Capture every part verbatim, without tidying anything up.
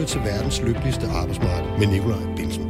til verdens lykkeligste arbejdsmarked med Nikolaj Bilsen.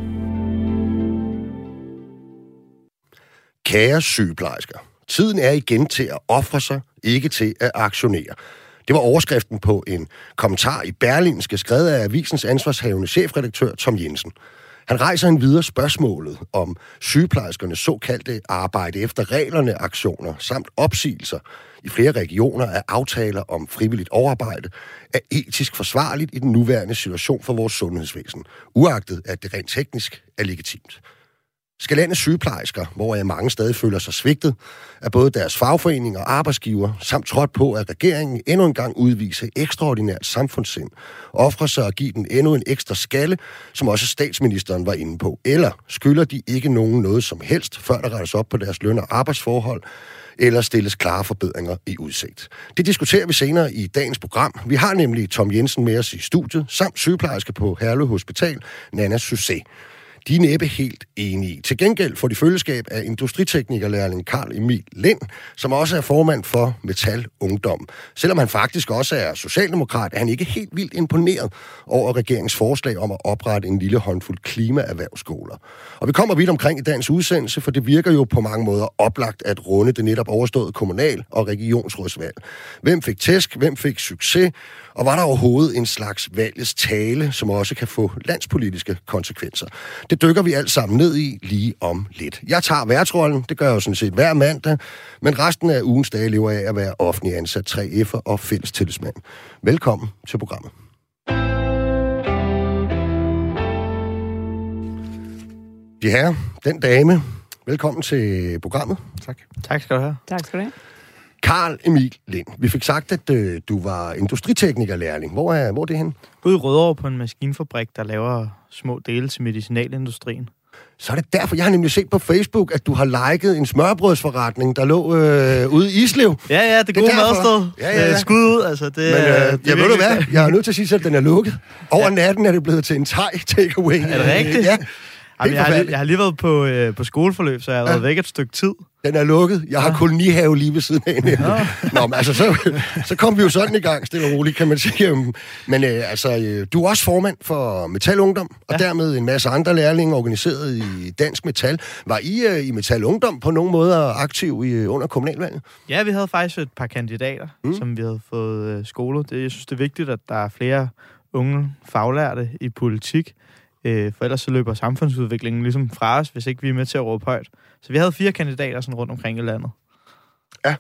Kære sygeplejersker, tiden er igen til at ofre sig, ikke til at aktionere. Det var overskriften på en kommentar i Berlingske, skrevet af avisens ansvarshavende chefredaktør Tom Jensen. Han rejser en videre spørgsmålet om sygeplejerskernes såkaldte arbejde efter reglerne, aktioner samt opsigelser i flere regioner af aftaler om frivilligt overarbejde er etisk forsvarligt i den nuværende situation for vores sundhedsvæsen, uagtet at det rent teknisk er legitimt. Skal landets sygeplejersker, hvor jeg mange stadig føler sig svigtet, af både deres fagforening og arbejdsgiver, samt trådt på, at regeringen endnu en gang udviser ekstraordinært samfundssind, offrer sig at give den endnu en ekstra skalle, som også statsministeren var inde på, eller skylder de ikke nogen noget som helst, før der rettes op på deres løn- og arbejdsforhold, eller stilles klare forbedringer i udsigt. Det diskuterer vi senere i dagens program. Vi har nemlig Tom Jensen med os i studiet, samt sygeplejerske på Herlev Hospital, Nanna Sucé. De er næppe helt enige. Til gengæld får de følgeskab af industriteknikerlærling Carl Emil Lind, som også er formand for Metal Ungdom. Selvom han faktisk også er socialdemokrat, er han ikke helt vildt imponeret over regeringens forslag om at oprette en lille håndfuld klimaerhvervsskoler. Og vi kommer vidt omkring i dagens udsendelse, for det virker jo på mange måder oplagt at runde det netop overståede kommunal- og regionsrådsvalg. Hvem fik tæsk? Hvem fik succes? Og var der overhovedet en slags valgets tale, som også kan få landspolitiske konsekvenser? Det dykker vi alt sammen ned i lige om lidt. Jeg tager værtsrollen, det gør jeg jo sådan set hver mandag, men resten af ugens dage lever af at være offentlig ansat tre F'er og fællestillidsmand. Velkommen til programmet. De herrer, den dame, velkommen til programmet. Tak. Tak skal du have. Tak skal du have. Carl Emil Lind, vi fik sagt, at øh, du var industriteknikerlærling. Hvor er, hvor er det henne? Ude i Rødovre på en maskinfabrik, der laver små dele til medicinalindustrien. Så er det derfor, jeg har nemlig set på Facebook, at du har liket en smørbrødsforretning, der lå øh, ude i Islev. Ja, ja, det, det gode madsted. Ja, ja, ja. Skud ud, altså. Det, Men øh, det jeg ved du hvad, jeg er nødt til at sige, at den er lukket. Over ja. natten er det blevet til en thai takeaway. Er det rigtigt? Ja. Jamen, jeg, har lige, jeg har lige været på, øh, på skoleforløb, så jeg har været ja. væk et stykke tid. Den er lukket. Jeg har ja. kolonihave lige ved siden af. Ja. Nå, men altså, så, så kom vi jo sådan i gang, stille og roligt, kan man sige. Men øh, altså, øh, du er også formand for Metal Ungdom, og ja. dermed en masse andre lærlinge organiseret i Dansk Metal. Var I øh, i Metal Ungdom på nogen måde aktiv i, under kommunalvalget? Ja, vi havde faktisk et par kandidater, mm. som vi havde fået øh, skolet. Det, jeg synes, det er vigtigt, at der er flere unge faglærte i politik. Øh, for ellers så løber samfundsudviklingen ligesom fra os, hvis ikke vi er med til at råbe højt. Så vi havde fire kandidater sådan rundt omkring i landet. Ja.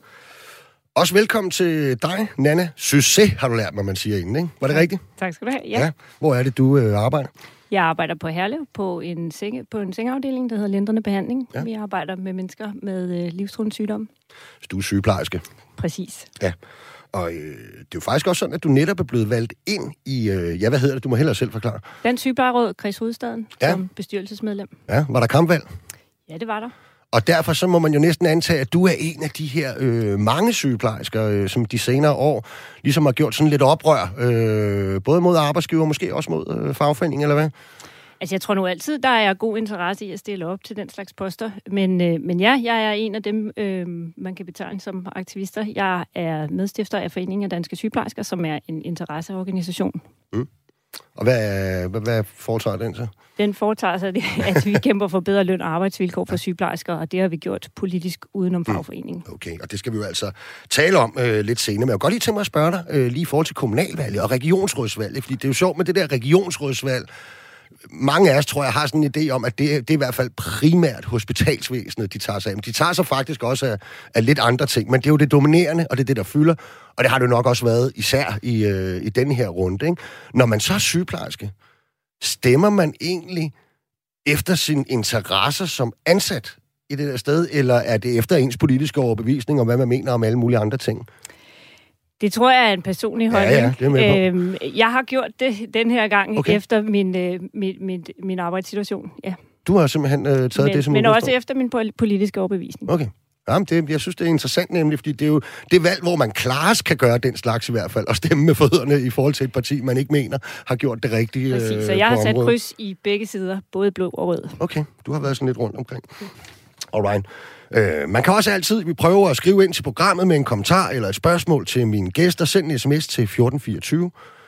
Også velkommen til dig, Nanna Sucé, har du lært mig, man siger inden, ikke? Var det ja. rigtigt? Tak skal du have, ja. ja. Hvor er det, du øh, arbejder? Jeg arbejder på Herlev på en, senge, på en sengeafdeling, der hedder Lindrende Behandling. Ja. Vi arbejder med mennesker med øh, livstruende sygdomme. Så du er sygeplejerske? Præcis. Ja. Og øh, det er jo faktisk også sådan, at du netop er blevet valgt ind i, øh, ja, hvad hedder det? Du må hellere selv forklare. Dansk Sygeplejeråd, Kreds Hovedstaden, ja. som bestyrelsesmedlem. Ja, var der kampvalg? Ja, det var der. Og derfor så må man jo næsten antage, at du er en af de her øh, mange sygeplejersker, øh, som de senere år ligesom har gjort sådan lidt oprør, øh, både mod arbejdsgiver, måske også mod øh, fagforening, eller hvad? Altså, jeg tror nu altid, der er god interesse i at stille op til den slags poster. Men, øh, men ja, jeg er en af dem, øh, man kan betegne som aktivister. Jeg er medstifter af Foreningen af Danske Sygeplejersker, som er en interesseorganisation. Mm. Og hvad, hvad, hvad foretager den så? Den foretager sig det, at vi kæmper for bedre løn og arbejdsvilkår for sygeplejersker, og det har vi gjort politisk udenom fagforeningen. Mm. Okay, og det skal vi jo altså tale om øh, lidt senere. Men jeg vil godt lige tænke mig at spørge dig øh, lige i forhold til kommunalvalget og regionsrådsvalget, fordi det er jo sjovt med det der regionsrådsvalg. Mange af os, tror jeg, har sådan en idé om, at det, det er i hvert fald primært hospitalsvæsenet, de tager sig af. Men de tager sig faktisk også af, af lidt andre ting, men det er jo det dominerende, og det er det, der fylder. Og det har det jo nok også været især i, øh, i denne her runde. Ikke? Når man så er sygeplejerske, stemmer man egentlig efter sin interesser som ansat i det der sted, eller er det efter ens politiske overbevisning om, hvad man mener om alle mulige andre ting? Det tror jeg er en personlig holdning. Ja, ja, det er med på. Øhm, jeg har gjort det den her gang okay. efter min, øh, min, min, min arbejdssituation. Ja. Du har simpelthen øh, taget men, det som Men udgangspunkt. også efter min politiske overbevisning. Okay. Jamen, det, jeg synes, det er interessant nemlig, fordi det er jo det valg, hvor man klarest kan gøre den slags i hvert fald, og stemme med fødderne i forhold til et parti, man ikke mener har gjort det rigtige. Præcis, øh, så jeg har sat området. kryds i begge sider, både blå og rød. Okay, du har været sådan lidt rundt omkring. Alright. Øh, man kan også altid, vi prøver at skrive ind til programmet med en kommentar eller et spørgsmål til mine gæster. Send en sms til fjorten fireogtyve.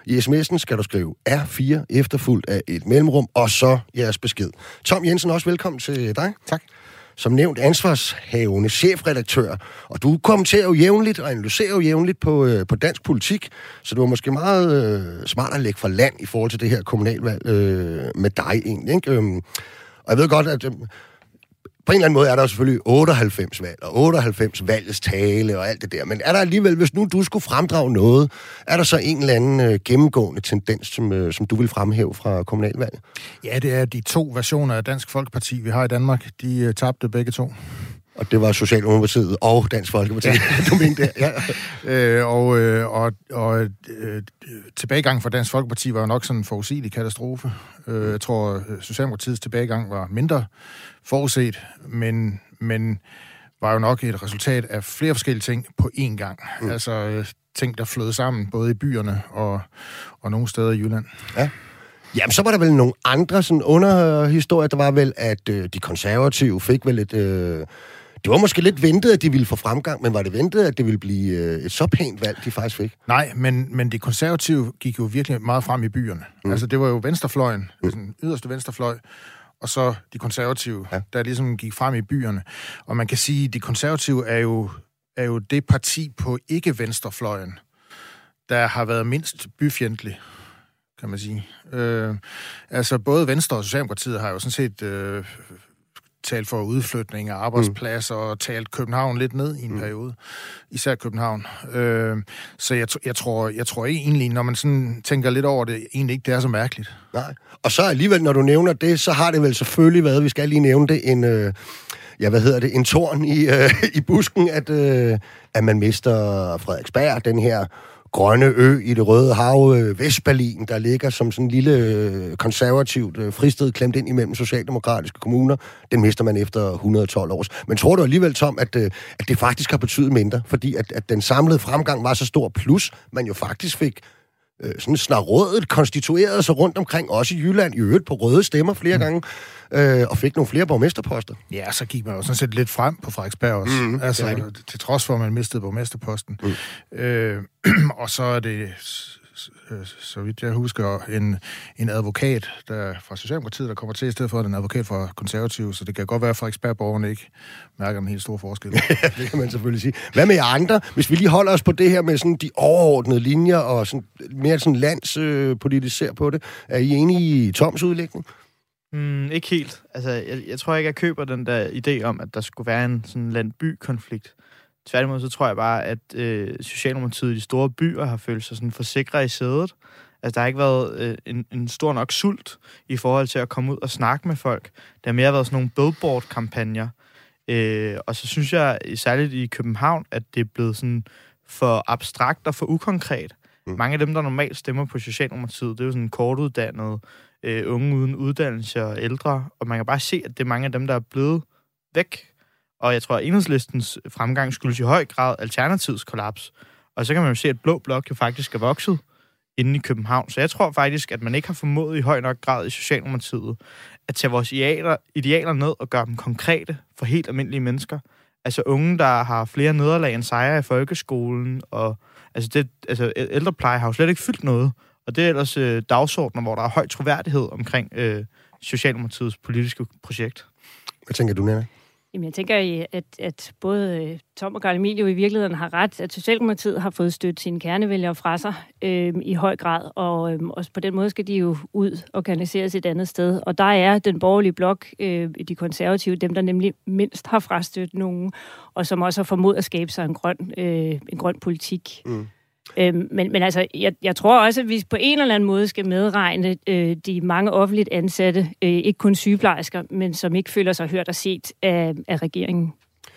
I sms'en skal du skrive R fire efterfulgt af et mellemrum, og så jeres besked. Tom Jensen, også velkommen til dig. Tak. Som nævnt ansvarshavende chefredaktør, og du kommenterer jo jævnligt og analyserer jo jævnligt på, øh, på dansk politik, så det var måske meget øh, smart at lægge fra land i forhold til det her kommunalvalg øh, med dig egentlig, ikke? Øhm, og jeg ved godt, at øh, på en eller anden måde er der jo selvfølgelig otteoghalvfems valg, og otteoghalvfems valgets tale og alt det der, men er der alligevel, hvis nu du skulle fremdrage noget, er der så en eller anden øh, gennemgående tendens, som, øh, som du vil fremhæve fra kommunalvalget? Ja, det er de to versioner af Dansk Folkeparti, vi har i Danmark. De uh, tabte begge to. Og det var Socialdemokratiet og Dansk Folkeparti, ja. Du mente det, ja. øh, og øh, og, og øh, tilbagegang for Dansk Folkeparti var jo nok sådan en forudsigelig katastrofe. Øh, jeg tror, Socialdemokratiets tilbagegang var mindre forudset, men, men var jo nok et resultat af flere forskellige ting på én gang. Mm. Altså øh, ting, der flød sammen, både i byerne og, og nogle steder i Jylland. Ja. Jamen, så var der vel nogle andre sådan underhistorier. Der var vel, at øh, de konservative fik vel et... Øh, det var måske lidt ventet, at de ville få fremgang, men var det ventet, at det ville blive øh, et så pænt valg, de faktisk fik? Nej, men, men de konservative gik jo virkelig meget frem i byerne. Mm. Altså, det var jo venstrefløjen, mm. den yderste venstrefløj, og så de konservative, ja. Der ligesom gik frem i byerne. Og man kan sige, at de konservative er jo, er jo det parti på ikke-venstrefløjen, der har været mindst byfjendtlig, kan man sige. Øh, altså, både Venstre og Socialdemokratiet har jo sådan set øh, talt for udflytning af arbejdspladser mm. og talt København lidt ned i en mm. periode. Især København. Øh, så jeg, jeg, tror, jeg tror egentlig, når man sådan tænker lidt over det, egentlig ikke det er så mærkeligt. Nej. Og så alligevel, når du nævner det, så har det vel selvfølgelig været, vi skal lige nævne det, en... Øh ja, hvad hedder det, en torn i, øh, i busken, at, øh, at man mister Frederiksberg, den her grønne ø i det Røde Hav, øh, Vestberlin, der ligger som sådan en lille øh, konservativt øh, fristed klemt ind imellem socialdemokratiske kommuner. Den mister man efter et hundrede og tolv år. Men tror du alligevel, Tom, at, øh, at det faktisk har betydet mindre, fordi at, at den samlede fremgang var så stor, plus man jo faktisk fik øh, sådan snart rådet konstitueret sig rundt omkring, også i Jylland, i øvrigt på røde stemmer flere mm. gange, øh, og fik nogle flere borgmesterposter. Ja, så gik man jo sådan set lidt frem på Frederiksberg også. Mm, altså, til trods for, at man mistede borgmesterposten. Mm. Øh, og så er det, så vidt jeg husker, en, en advokat der fra Socialdemokratiet, der kommer til i stedet for en advokat fra Konservative, så det kan godt være, at Frederiksberg-borgerne ikke mærker en helt stor forskel. Ja, det kan man selvfølgelig sige. Hvad med jer andre? Hvis vi lige holder os på det her med sådan de overordnede linjer og sådan, mere sådan landspolitisk ser på det, er I enige i Toms udlægning? Mm, ikke helt. Altså, jeg, jeg tror ikke, jeg køber den der idé om, at der skulle være en sådan land-by-konflikt. Tværtimod, så tror jeg bare, at øh, Socialdemokratiet i de store byer har følt sig sådan forsikret i sædet. Altså, der har ikke været øh, en, en stor nok sult i forhold til at komme ud og snakke med folk. Der har mere været sådan nogle billboard-kampagner. Øh, og så synes jeg, særligt i København, at det er blevet sådan for abstrakt og for ukonkret. Mm. Mange af dem, der normalt stemmer på Socialdemokratiet, det er jo sådan kortuddannede, øh, unge uden uddannelse og ældre. Og man kan bare se, at det er mange af dem, der er blevet væk. Og jeg tror, at Enhedslistens fremgang skyldes i høj grad Alternativets kollaps. Og så kan man jo se, at Blå Blok jo faktisk er vokset inde i København. Så jeg tror faktisk, at man ikke har formået i høj nok grad i Socialdemokratiet at tage vores idealer, idealer ned og gøre dem konkrete for helt almindelige mennesker. Altså unge, der har flere nederlag end sejre i folkeskolen. Og altså, det, altså ældrepleje har jo slet ikke fyldt noget. Og det er ellers øh, dagsordner, hvor der er høj troværdighed omkring øh, Socialdemokratiets politiske projekt. Hvad tænker du, Nana? Jamen, jeg tænker, at, at både Tom og Carl Emilio i virkeligheden har ret, at Socialdemokratiet har fået stødt sine kernevælgere fra sig øh, i høj grad, og øh, også på den måde skal de jo ud og organiseres et andet sted. Og der er den borgerlige blok, øh, de konservative, dem der nemlig mindst har frastødt nogen, og som også har formået at skabe sig en grøn, øh, en grøn politik. Mm. Øhm, men, men altså, jeg, jeg tror også, at vi på en eller anden måde skal medregne øh, de mange offentligt ansatte, øh, ikke kun sygeplejersker, men som ikke føler sig hørt og set af, af regeringen.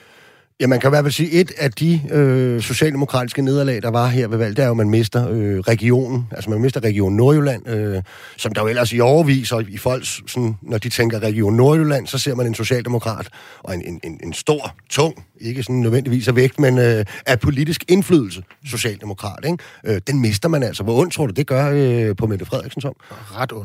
Ja, man kan i hvert fald sige, et af de øh, socialdemokratiske nederlag, der var her ved valg, det er jo, at man mister øh, regionen. Altså, man mister Region Nordjylland, øh, som der jo ellers i overvis, og i folks, sådan, når de tænker Region Nordjylland, så ser man en socialdemokrat, og en, en, en stor, tung, ikke sådan nødvendigvis af vægt, men øh, af politisk indflydelse, socialdemokrat, ikke? Øh, den mister man altså. Hvor ondt tror du, det gør øh, på Mette Frederiksen, som? Ret ondt.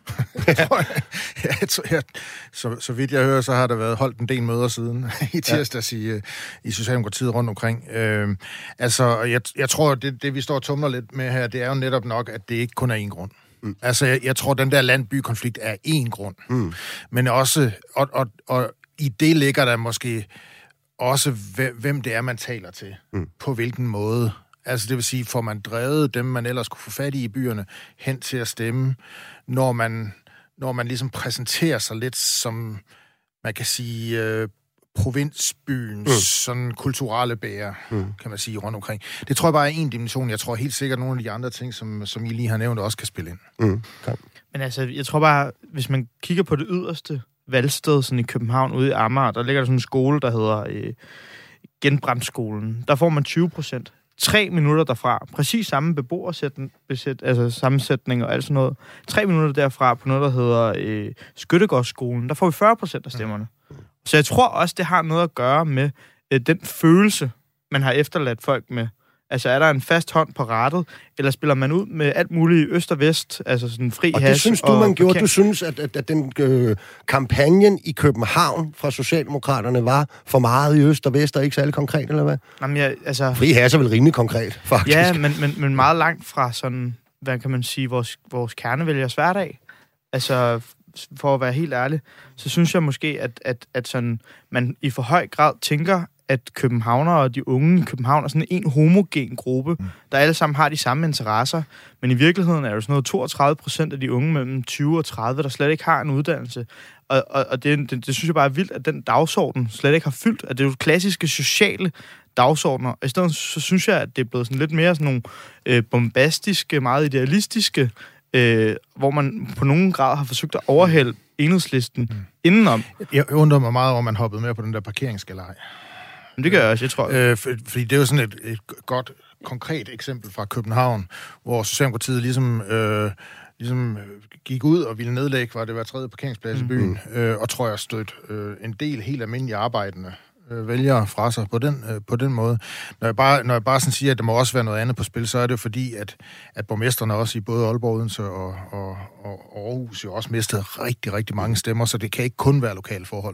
jeg tror, jeg, så, så vidt jeg hører, så har der været holdt en del møder siden i tirsdags ja. i, i Socialdemokratiet rundt omkring. Øh, altså, jeg, jeg tror, det, det vi står og tumler lidt med her, det er jo netop nok, at det ikke kun er én grund. Mm. Altså, jeg, jeg tror, den der land-by-konflikt er én grund. Mm. Men også, og, og, og i det ligger der måske også, hvem det er, man taler til. Mm. På hvilken måde. Altså, det vil sige, får man drevet dem, man ellers kunne få fat i i byerne, hen til at stemme, når man, når man ligesom præsenterer sig lidt som, man kan sige, øh, provinsbyens mm. sådan kulturelle bærer, mm. kan man sige, rundt omkring. Det tror jeg bare er en dimension. Jeg tror helt sikkert, nogle af de andre ting, som, som I lige har nævnt, også kan spille ind. Mm. Okay. Men altså, jeg tror bare, hvis man kigger på det yderste valgsted, sådan i København, ude i Amager, der ligger der sådan en skole, der hedder øh, Genbrandskolen. Der får man tyve procent. Tre minutter derfra, præcis samme beboersætning, altså sammensætning og alt sådan noget. Tre minutter derfra på noget, der hedder øh, Skyttegårdsskolen, der får vi fyrre procent af stemmerne. Så jeg tror også, det har noget at gøre med øh, den følelse, man har efterladt folk med. Altså, er der en fast hånd på rattet, eller spiller man ud med alt muligt øst og vest, altså sådan fri hash? Og det synes du, man gjorde? Du synes, at, at, at den øh, kampagnen i København fra Socialdemokraterne var for meget i øst og vest, og ikke særlig konkret, eller hvad? Jamen, jeg, altså... Fri hash er vel rimelig konkret, faktisk. Ja, men, men, men meget langt fra sådan, hvad kan man sige, vores, vores kernevælgers hverdag. Altså, for at være helt ærlig, så synes jeg måske, at, at, at sådan, man i for høj grad tænker, at københavnere og de unge i København er sådan en homogen gruppe, mm. der alle sammen har de samme interesser. Men i virkeligheden er det sådan noget toogtredive procent af de unge mellem tyve og tredive, der slet ikke har en uddannelse. Og, og, og det, det, det synes jeg bare er vildt, at den dagsorden slet ikke har fyldt. At det er jo klassiske sociale dagsordner. I stedet så synes jeg, at det er blevet sådan lidt mere sådan nogle øh, bombastiske, meget idealistiske, øh, hvor man på nogen grad har forsøgt at overhælde Enhedslisten mm. indenom. Jeg undrer mig meget, om man hoppede med på den der parkeringsgalej. Det gør jeg også, jeg tror. Øh, for, fordi det er jo sådan et, et godt, konkret eksempel fra København, hvor Socialdemokratiet ligesom, øh, ligesom gik ud og ville nedlægge, var det hver tredje parkeringsplads mm. i byen, øh, og tror jeg stødt øh, en del helt almindelige arbejdende øh, vælgere fra sig på den, øh, på den måde. Når jeg, bare, når jeg bare sådan siger, at der må også være noget andet på spil, så er det fordi, at, at borgmesterne også i både Aalborg, Odense og, og, og Aarhus jo også mistede rigtig, rigtig mange stemmer, så det kan ikke kun være lokale forhold.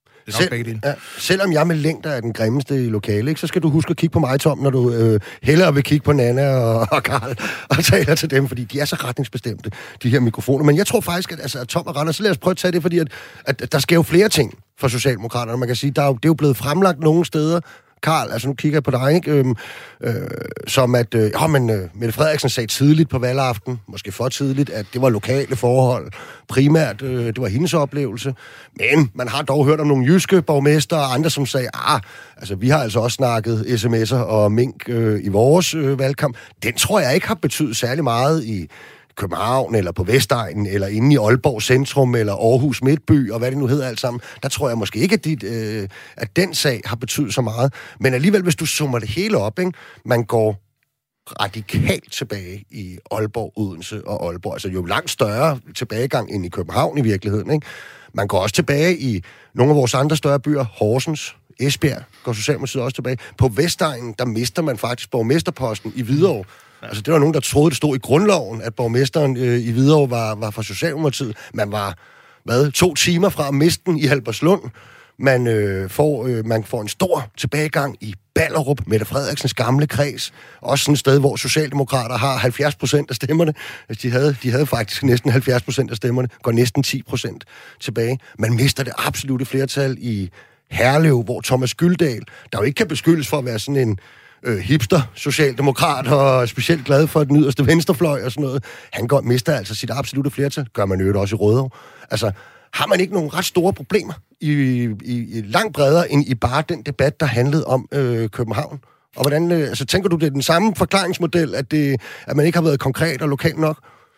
Sel- ja, selvom jeg med længder er den grimmeste i lokale, ikke, så skal du huske at kigge på mig, Tom, når du øh, hellere vil kigge på Nana og, og Karl og taler til dem, fordi de er så retningsbestemte, de her mikrofoner. Men jeg tror faktisk, at, altså, at Tom og Randers, så lad os prøve at tage det, fordi at, at, at der sker jo flere ting for Socialdemokraterne. Man kan sige, der er jo, det er jo blevet fremlagt nogle steder, Karl, altså nu kigger jeg på dig, ikke? Øhm, øh, som at, øh, ja, men øh, Mette Frederiksen sagde tidligt på valgaften, måske for tidligt, at det var lokale forhold, primært, øh, det var hendes oplevelse, men man har dog hørt om nogle jyske borgmester og andre, som sagde, ah, altså vi har altså også snakket sms'er og mink øh, i vores øh, valgkamp. Den tror jeg ikke har betydet særlig meget i København, eller på Vestegnen, eller inde i Aalborg Centrum, eller Aarhus Midtby, og hvad det nu hedder alt sammen. Der tror jeg måske ikke, at, dit, øh, at den sag har betydet så meget. Men alligevel, hvis du summer det hele op, ikke? Man går radikalt tilbage i Aalborg, Odense og Aalborg. Altså jo langt større tilbagegang end i København i virkeligheden, ikke? Man går også tilbage i nogle af vores andre større byer, Horsens, Esbjerg, går Socialdemokratiet også tilbage. På Vestegnen, der mister man faktisk borgmesterposten i Hvidovre. Altså, det var nogen, der troede, det stod i grundloven, at borgmesteren øh, i Hvidovre var, var fra Socialdemokratiet. Man var, hvad, to timer fra at miste den i Halberslund. Man, øh, får, øh, man får en stor tilbagegang i Ballerup, Mette Frederiksens gamle kreds. Også sådan et sted, hvor Socialdemokrater har halvfjerds procent af stemmerne. Altså, de havde, de havde faktisk næsten halvfjerds procent af stemmerne. Går næsten ti procent tilbage. Man mister det absolutte flertal i Herlev, hvor Thomas Gyldal, der jo ikke kan beskyldes for at være sådan en øh, hipster-socialdemokrat, og specielt glad for den yderste venstrefløj og sådan noget. Han går, mister altså sit absolutte flertal. Gør man jo også i Rødovre. Altså, har man ikke nogen ret store problemer i, i, i langt bredere end i bare den debat, der handlede om øh, København? Og hvordan, øh, altså, tænker du, det er den samme forklaringsmodel, at, det, at man ikke har været konkret og lokalt nok?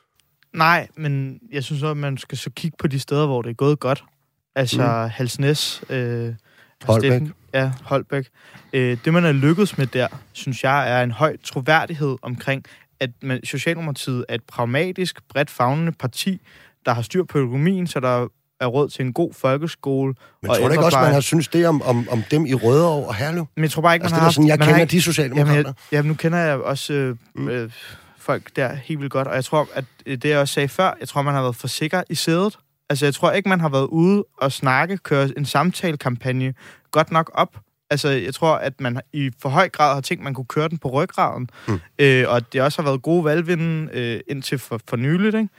Nej, men jeg synes også, at man skal så kigge på de steder, hvor det er gået godt. Altså mm. Halsnæs, øh, Holbæk. Steffen, ja, Holbæk. Øh, det, man er lykkedes med der, synes jeg, er en høj troværdighed omkring, at man, Socialdemokratiet er et pragmatisk, bredt favnende parti, der har styr på økonomien, så der er råd til en god folkeskole. Men tror du ikke også, man har synes det om, om, om dem i Rødovre og Herlev? Men jeg tror bare ikke, altså, man har sådan, jeg man kender har ikke, de socialdemokrater. Jamen, jeg, jamen, nu kender jeg også øh, mm. øh, folk der helt vildt godt. Og jeg tror, at det jeg også sagde før, jeg tror, man har været for sikker i sædet. Altså, jeg tror ikke, man har været ude og snakke, køre en samtalekampagne godt nok op. Altså, jeg tror, at man i for høj grad har tænkt, at man kunne køre den på ryggraden. Mm. Øh, og det også har været gode valgvinde øh, indtil for, for nyligt, ikke?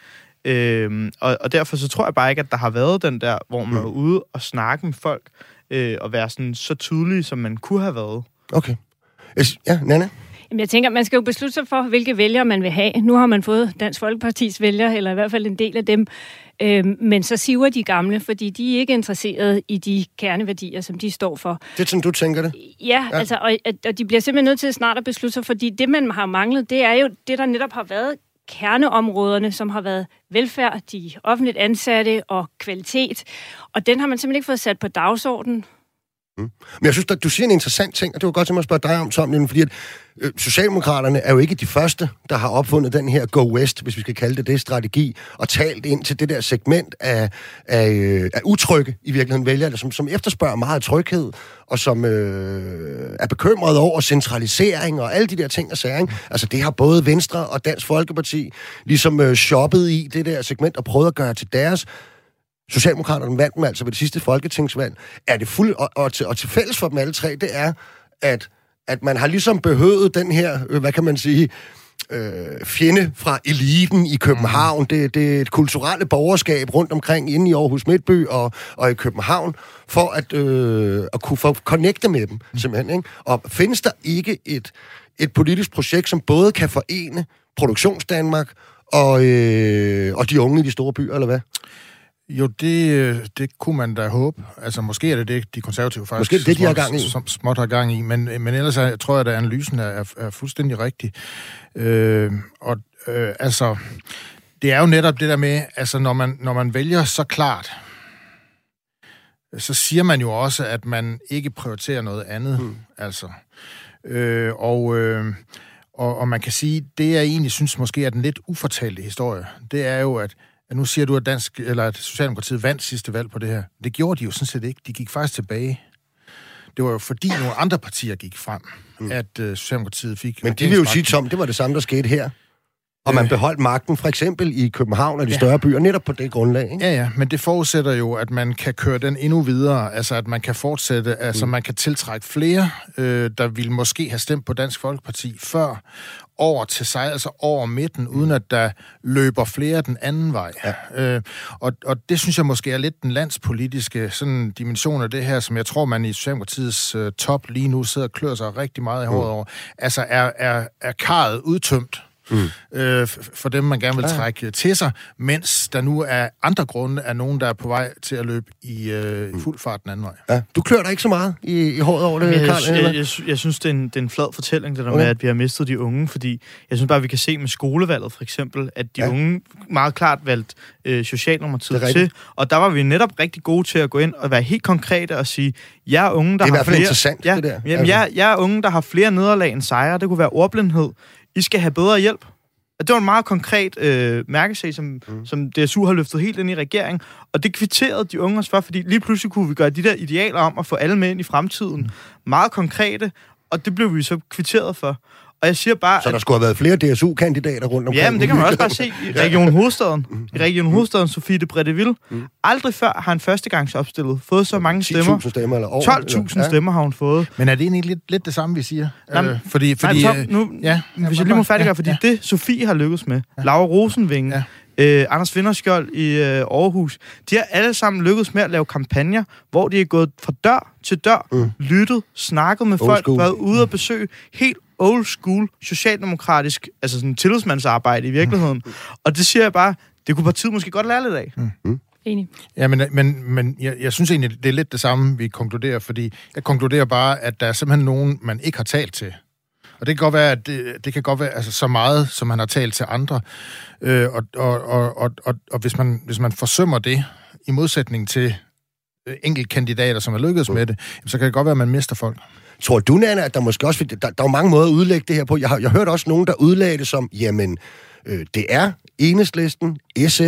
Øh, og, og derfor så tror jeg bare ikke, at der har været den der, hvor man mm. er ude og snakke med folk, øh, og være sådan så tydelig, som man kunne have været. Okay. Ja, Nanna? Jamen, jeg tænker, man skal jo beslutte sig for, hvilke vælgere man vil have. Nu har man fået Dansk Folkepartis vælgere, eller i hvert fald en del af dem. Øhm, men så siver de gamle, fordi de er ikke interesseret i de kerneværdier, som de står for. Det er sådan, du tænker det? Ja, ja. altså, og, og de bliver simpelthen nødt til snart at beslutte sig, fordi det, man har manglet, det er jo det, der netop har været kerneområderne, som har været velfærd, de offentligt ansatte og kvalitet. Og den har man simpelthen ikke fået sat på dagsordenen. Mm. Men jeg synes, at du siger en interessant ting, og det var godt til mig at spørge dig om, Tom, fordi at øh, Socialdemokraterne er jo ikke de første, der har opfundet den her Go West, hvis vi skal kalde det det, strategi, og talt ind til det der segment af, af, øh, af utrygge, i virkeligheden vælgere, som, som efterspørger meget tryghed, og som øh, er bekymret over centralisering og alle de der ting og sager. Ikke? Altså det har både Venstre og Dansk Folkeparti ligesom øh, shoppet i det der segment og prøvet at gøre til deres. Socialdemokraterne vandt dem altså ved det sidste folketingsvalg. Er det fuld og, og, til, og til fælles for dem alle tre, det er, at, at man har ligesom behøvet den her, øh, hvad kan man sige, øh, fjende fra eliten i København. Mm. Det, det er et kulturelle borgerskab rundt omkring inde i Aarhus Midtby og, og i København, for at, øh, at kunne få connecte med dem, mm. simpelthen. Ikke? Og findes der ikke et, et politisk projekt, som både kan forene Produktionsdanmark og, øh, og de unge i de store byer, eller hvad? Jo, det, det kunne man da håbe. Altså, måske er det det, de konservative faktisk måske det, de har gang i. Som småt har gang i. Men, men ellers er, tror jeg, at analysen er, er, er fuldstændig rigtig. Øh, og øh, altså, det er jo netop det der med, altså, når man, når man vælger så klart, så siger man jo også, at man ikke prioriterer noget andet. Hmm. Altså. Øh, og... Øh, og, og man kan sige, det jeg egentlig synes måske er den lidt ufortalte historie, det er jo, at nu siger du, at, dansk, eller at Socialdemokratiet vandt sidste valg på det her. Det gjorde de jo sådan set ikke. De gik faktisk tilbage. Det var jo fordi nogle andre partier gik frem, mm. at uh, Socialdemokratiet fik... Men de vil jo sige, Tom, det var det samme, der skete her. Og man beholdt magten, for eksempel i København og de ja. større byer, netop på det grundlag, ikke? Ja, ja, men det forudsætter jo, at man kan køre den endnu videre, altså at man kan fortsætte, altså mm. man kan tiltrække flere, øh, der ville måske have stemt på Dansk Folkeparti før, over til sig, altså over midten, uden at der løber flere den anden vej. Ja. Øh, og, og det synes jeg måske er lidt den landspolitiske sådan dimension af det her, som jeg tror, man i Socialdemokratiets øh, top lige nu sidder og klør sig rigtig meget i håret mm. over. Altså er, er, er karret udtømt mm. øh, for dem, man gerne vil trække ja. til sig, mens der nu er andre grunde af nogen, der er på vej til at løbe i øh, mm. fuld fart den anden vej. Ja. Du klør dig ikke så meget i, i håret over det, jeg, Karl? Jeg, jeg, jeg, jeg synes, det er, en, det er en flad fortælling, det der okay. med, at vi har mistet de unge, fordi jeg synes bare, vi kan se med skolevalget for eksempel, at de ja. unge meget klart valgte øh, Socialdemokratiet til, og der var vi netop rigtig gode til at gå ind og være helt konkrete og sige, jeg er unge, der har flere... Det er i hvert fald flere, interessant, ja, det der. Jamen, jeg, jeg er unge, der har flere nederlag end sejre. Det kunne være ordblindhed. I skal have bedre hjælp. Det var en meget konkret øh, mærkesag, som, mm. som D S U har løftet helt ind i regeringen, og det kvitterede de unge os for, fordi lige pludselig kunne vi gøre de der idealer om at få alle med ind i fremtiden mm. meget konkrete, og det blev vi så kvitteret for. Og jeg siger bare... Så der at, skulle have været flere D S U-kandidater rundt omkring? Ja, men det kan man også bare se i Region Hovedstaden. I Region Hovedstaden, Sofie de Bretteville. Mm. Aldrig før har en førstegangsopstillet fået så mange stemmer. ti tusind stemmer eller over? tolv tusind ja. stemmer har hun fået. Men er det egentlig lidt, lidt det samme, vi siger? Jamen, øh, fordi, fordi, nej, Tom, nu, ja, hvis jeg lige må færdiggøre, ja, fordi ja. det Sofie har lykkes med, ja. Laura Rosenvinge, ja. øh, Anders Vinderskjold i øh, Aarhus, de har alle sammen lykkedes med at lave kampagner, hvor de er gået fra dør til dør, mm. lyttet, snakket med old folk, school. været ude og besøge helt old school, socialdemokratisk, altså sådan tillidsmandsarbejde i virkeligheden. Mm. Og det siger jeg bare, det kunne partiet måske godt lære lidt af. Mm. Mm. Enig. Ja, men, men, men jeg, jeg synes egentlig, det er lidt det samme, vi konkluderer, fordi jeg konkluderer bare, at der er simpelthen nogen, man ikke har talt til. Og det kan godt være, at det, det kan godt være altså, så meget, som man har talt til andre. Øh, og og, og, og, og, og hvis, man, hvis man forsømmer det, i modsætning til enkelte kandidater, som er lykkedes mm. med det, så kan det godt være, at man mister folk. Tror du, Nanna, at der måske også... Der, der er jo mange måder at udlægge det her på. Jeg har, jeg har hørt også nogen, der udlagde det som, jamen, øh, det er Enhedslisten, S F,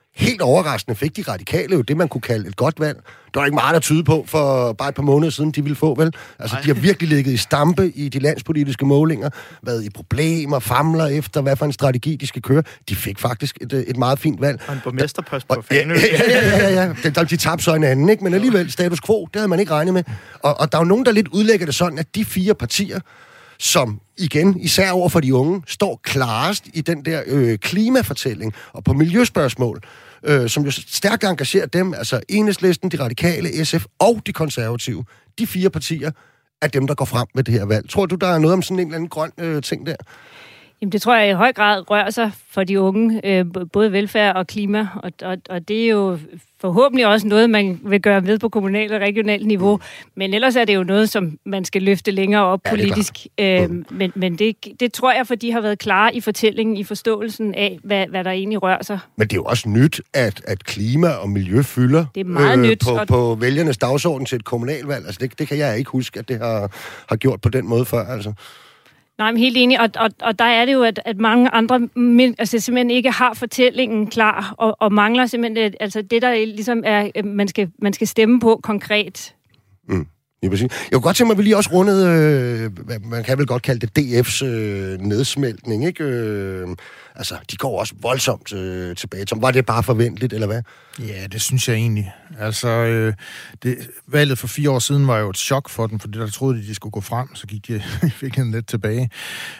helt overraskende fik de radikale jo det, man kunne kalde et godt valg. Der var ikke meget at tyde på for bare et par måneder siden, de ville få, vel? Altså, Nej. De har virkelig ligget i stampe i de landspolitiske målinger, været i problemer, famler efter, hvad for en strategi de skal køre. De fik faktisk et, et meget fint valg. Og en borgmesterpost på Fanø. Ja, ja, ja, ja. De, de tabte så en anden, ikke? Men alligevel status quo, det havde man ikke regnet med. Og, og der er jo nogen, der lidt udlægger det sådan, at de fire partier, som igen, især over for de unge, står klarest i den der øh, klimafortælling og på miljøspørgsmål, øh, som jo stærkt engagerer dem, altså Enhedslisten, de radikale, S F og de konservative. De fire partier er dem, der går frem med det her valg. Tror du, der er noget om sådan en eller anden grøn øh, ting der? Jamen, det tror jeg i høj grad rører sig for de unge, øh, både velfærd og klima, og, og, og det er jo forhåbentlig også noget, man vil gøre ved på kommunalt og regionalt niveau, mm. men ellers er det jo noget, som man skal løfte længere op ja, politisk. Øh, mm. Men, men det, det tror jeg, for de har været klare i fortællingen, i forståelsen af, hvad, hvad der egentlig rører sig. Men det er jo også nyt, at, at klima og miljø fylder det er meget øh, nyt, på, og... på vælgernes dagsorden til et kommunalvalg. Altså det, det kan jeg ikke huske, at det har, har gjort på den måde før, altså. Nej, men helt enig, og, og, og der er det jo, at, at mange andre altså, simpelthen ikke har fortællingen klar, og, og mangler simpelthen altså det, der ligesom er, man skal, man skal stemme på konkret. Mm. Jeg kunne godt tænke mig, at vi lige også rundede, øh, man kan vel godt kalde det D F's øh, nedsmeltning, ikke? Øh, altså, de går også voldsomt øh, tilbage. Som var det bare forventeligt, eller hvad? Ja, det synes jeg egentlig. Altså, øh, det, valget for fire år siden var jo et chok for dem, fordi der troede de, de skulle gå frem, så gik de i virkeligheden lidt tilbage.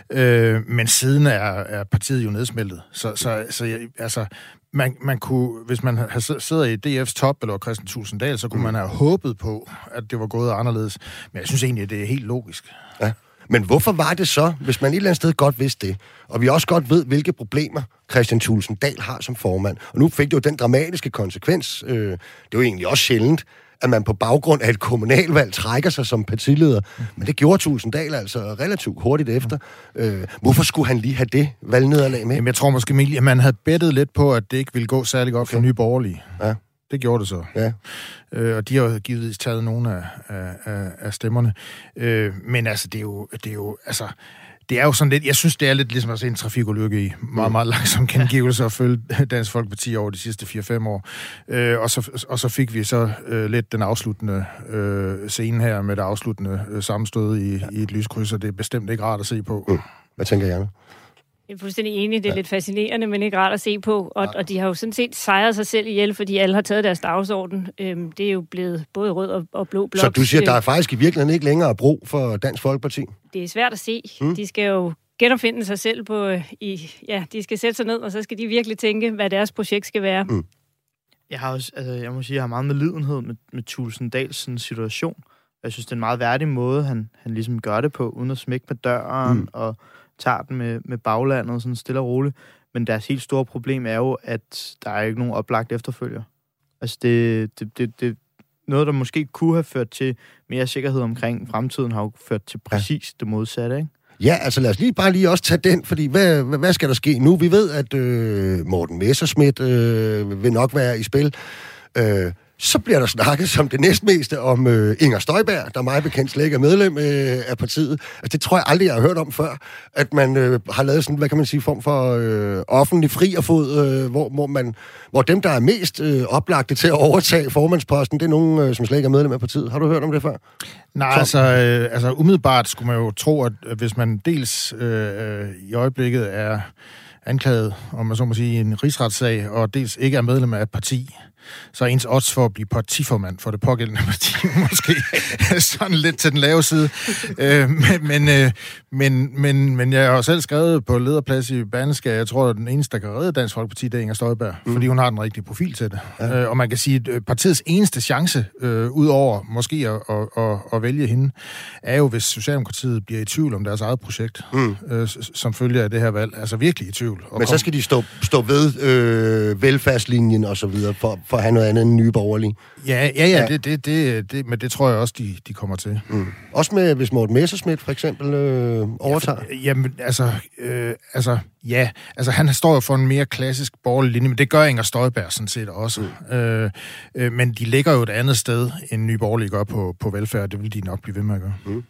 Øh, men siden er, er partiet jo nedsmeltet. Så, så, så jeg, altså... Man, man kunne, hvis man sidder i D F's top, eller Kristian Thulesen Dahl, så kunne mm. man have håbet på, at det var gået anderledes. Men jeg synes egentlig, at det er helt logisk. Ja. Men hvorfor var det så, hvis man et eller andet sted godt vidste det, og vi også godt ved, hvilke problemer Kristian Thulesen Dahl har som formand, og nu fik det jo den dramatiske konsekvens, øh, det er jo egentlig også sjældent, at man på baggrund af et kommunalvalg trækker sig som partileder. Men det gjorde Thulesen Dahl altså relativt hurtigt efter. Øh, hvorfor skulle han lige have det valgnederlag med? Jamen, jeg tror måske, Mikkel, at man havde bettet lidt på, at det ikke ville gå særlig godt okay. for Nye Borgerlige. Ja. Det gjorde det så. Ja. Øh, og de har jo givetvis taget nogle af, af, af stemmerne. Øh, men altså, det er jo... Det er jo altså, det er jo sådan lidt, jeg synes, det er lidt ligesom at se en trafikulykke i meget, meget langsom gengivelse og følge Dansk Folkeparti over de sidste fire fem år. Øh, og, så, og så fik vi så øh, lidt den afsluttende øh, scene her med det afsluttende øh, sammenstød i, ja. i et lyskryds, og det er bestemt ikke rart at se på. Mm. Hvad tænker jeg? Jeg er fuldstændig enig, det er ja. lidt fascinerende, men ikke rart at se på. Og, ja. og de har jo sådan set sejret sig selv ihjel, fordi alle har taget deres dagsorden. Øhm, det er jo blevet både rød og, og blå blok. Så du siger, der er faktisk i virkeligheden ikke længere brug for Dansk Folkeparti? Det er svært at se. Mm. De skal jo genopfinde sig selv på... I, ja, de skal sætte sig ned, og så skal de virkelig tænke, hvad deres projekt skal være. Mm. Jeg har også, altså, jeg må sige, jeg har meget medlidenhed med, med Thulesen Dahls situation. Jeg synes, det er en meget værdig måde, han, han ligesom gør det på, uden at smække med døren mm. og tager den med, med baglandet, sådan stille og roligt. Men deres helt store problem er jo, at der er ikke nogen oplagt efterfølger. Altså, det, det, det, det noget, der måske kunne have ført til mere sikkerhed omkring fremtiden, har jo ført til præcis det modsatte, ikke? Ja, altså lad os lige bare lige også tage den, fordi hvad, hvad, hvad skal der ske nu? Vi ved, at øh, Morten Messerschmidt øh, vil nok være i spil. Øh, Så bliver der snakket som det næstmeste om øh, Inger Støjberg, der meget bekendt slet ikke er medlem øh, af partiet. Altså, det tror jeg aldrig, jeg har hørt om før, at man øh, har lavet sådan, hvad kan man sige, form for øh, offentlig fri og fod, øh, hvor, hvor, man, hvor dem, der er mest øh, oplagte til at overtage formandsposten, det er nogen, øh, som slet ikke er medlem af partiet. Har du hørt om det før? Nej, Så... altså, øh, altså umiddelbart skulle man jo tro, at hvis man dels øh, i øjeblikket er anklaget, om man så må sige, i en rigsretssag, og dels ikke er medlem af et parti, så er ens odds for at blive partiformand for det pågældende parti måske sådan lidt til den lave side. øh, men, men, øh, men, men, men jeg har jo selv skrevet på lederplads i Berlingske, jeg tror, at den eneste, der kan redde Dansk Folkeparti, det er Inger Støjberg, mm. fordi hun har den rigtige profil til det. Ja. Øh, og man kan sige, at partiets eneste chance, øh, ud over måske at, at, at, at vælge hende, er jo, hvis Socialdemokratiet bliver i tvivl om deres eget projekt, mm. øh, som følger af det her valg. Altså virkelig i tvivl. Men så skal de stå, stå ved øh, velfærdslinjen og så videre, for, for at have noget andet end Nye Borgerlige. Ja, ja, ja, ja. Det, det, det, det, men det tror jeg også, de, de kommer til. Mm. Også med, hvis Morten Messerschmidt for eksempel øh, overtager? Ja, for, jamen, altså, øh, altså, ja, altså han står jo for en mere klassisk borgerlig linje, men det gør Inger Støjberg sådan set også. Mm. Øh, øh, men de ligger jo et andet sted, end Nye Borgerlige gør på, på velfærd, det vil de nok blive ved med at gøre. Mm.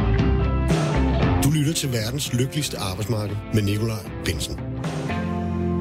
Du lytter til verdens lykkeligste arbejdsmarked med Nikolaj Bensen.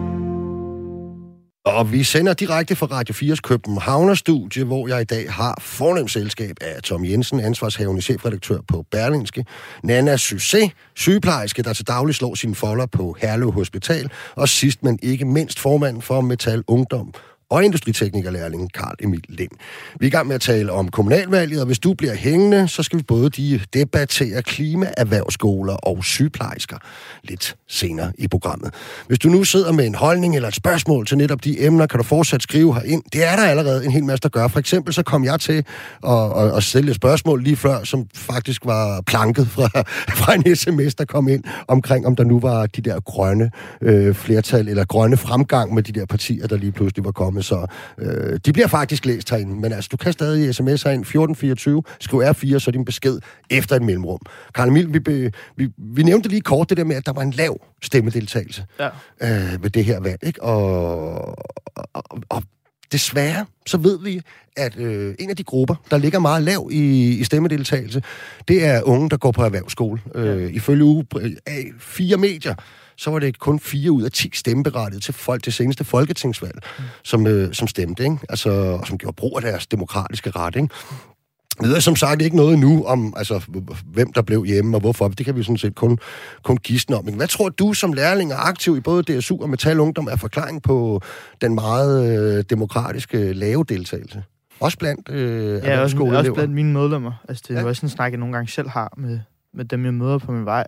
Og vi sender direkte fra Radio fires Københavner-studie, hvor jeg i dag har fornemt selskab af Tom Jensen, ansvarshavende chefredaktør på Berlingske, Nanna Sucé, sygeplejerske, der til daglig slår sine folder på Herlev Hospital, og sidst, men ikke mindst, formanden for Metal Ungdom og industriteknikerlærlingen Carl Emil Lind. Vi er i gang med at tale om kommunalvalget, og hvis du bliver hængende, så skal vi både de debattere klima, erhvervsskoler og sygeplejersker lidt senere i programmet. Hvis du nu sidder med en holdning eller et spørgsmål til netop de emner, kan du fortsat skrive herind. Det er der allerede en hel masse, der gør. For eksempel så kom jeg til at, at, at stille et spørgsmål lige før, som faktisk var planket fra, fra en sms, der kom ind omkring, om der nu var de der grønne øh, flertal eller grønne fremgang med de der partier, der lige pludselig var kommet. Så øh, de bliver faktisk læst herinde, men altså, du kan stadig sms'e ind fjorten fireogtyve, skriv R fire, så er din besked efter et mellemrum. Carl Emil, vi, be, vi, vi nævnte lige kort det der med, at der var en lav stemmedeltagelse ja. øh, ved det her valg, ikke? Og, og, og desværre, så ved vi, at øh, en af de grupper, der ligger meget lav i, i stemmedeltagelse, det er unge, der går på erhvervsskole. Øh, ja. Ifølge U A fire medier, så var det kun fire ud af ti stemmeberettigede til folk til seneste folketingsvalg, mm. som, øh, som stemte, ikke? Altså, som gjorde brug af deres demokratiske ret, ikke? Det er som sagt ikke noget nu om, altså, hvem der blev hjemme og hvorfor. Det kan vi sådan set kun, kun gisne om. Men hvad tror du som lærling og aktiv i både D S U og Metal Ungdom er forklaring på den meget øh, demokratiske lave deltagelse? Også blandt øh, ja, også, også blandt mine medlemmer. Altså, det er ja. også en snak, jeg nogle gange selv har med, med dem, jeg møder på min vej.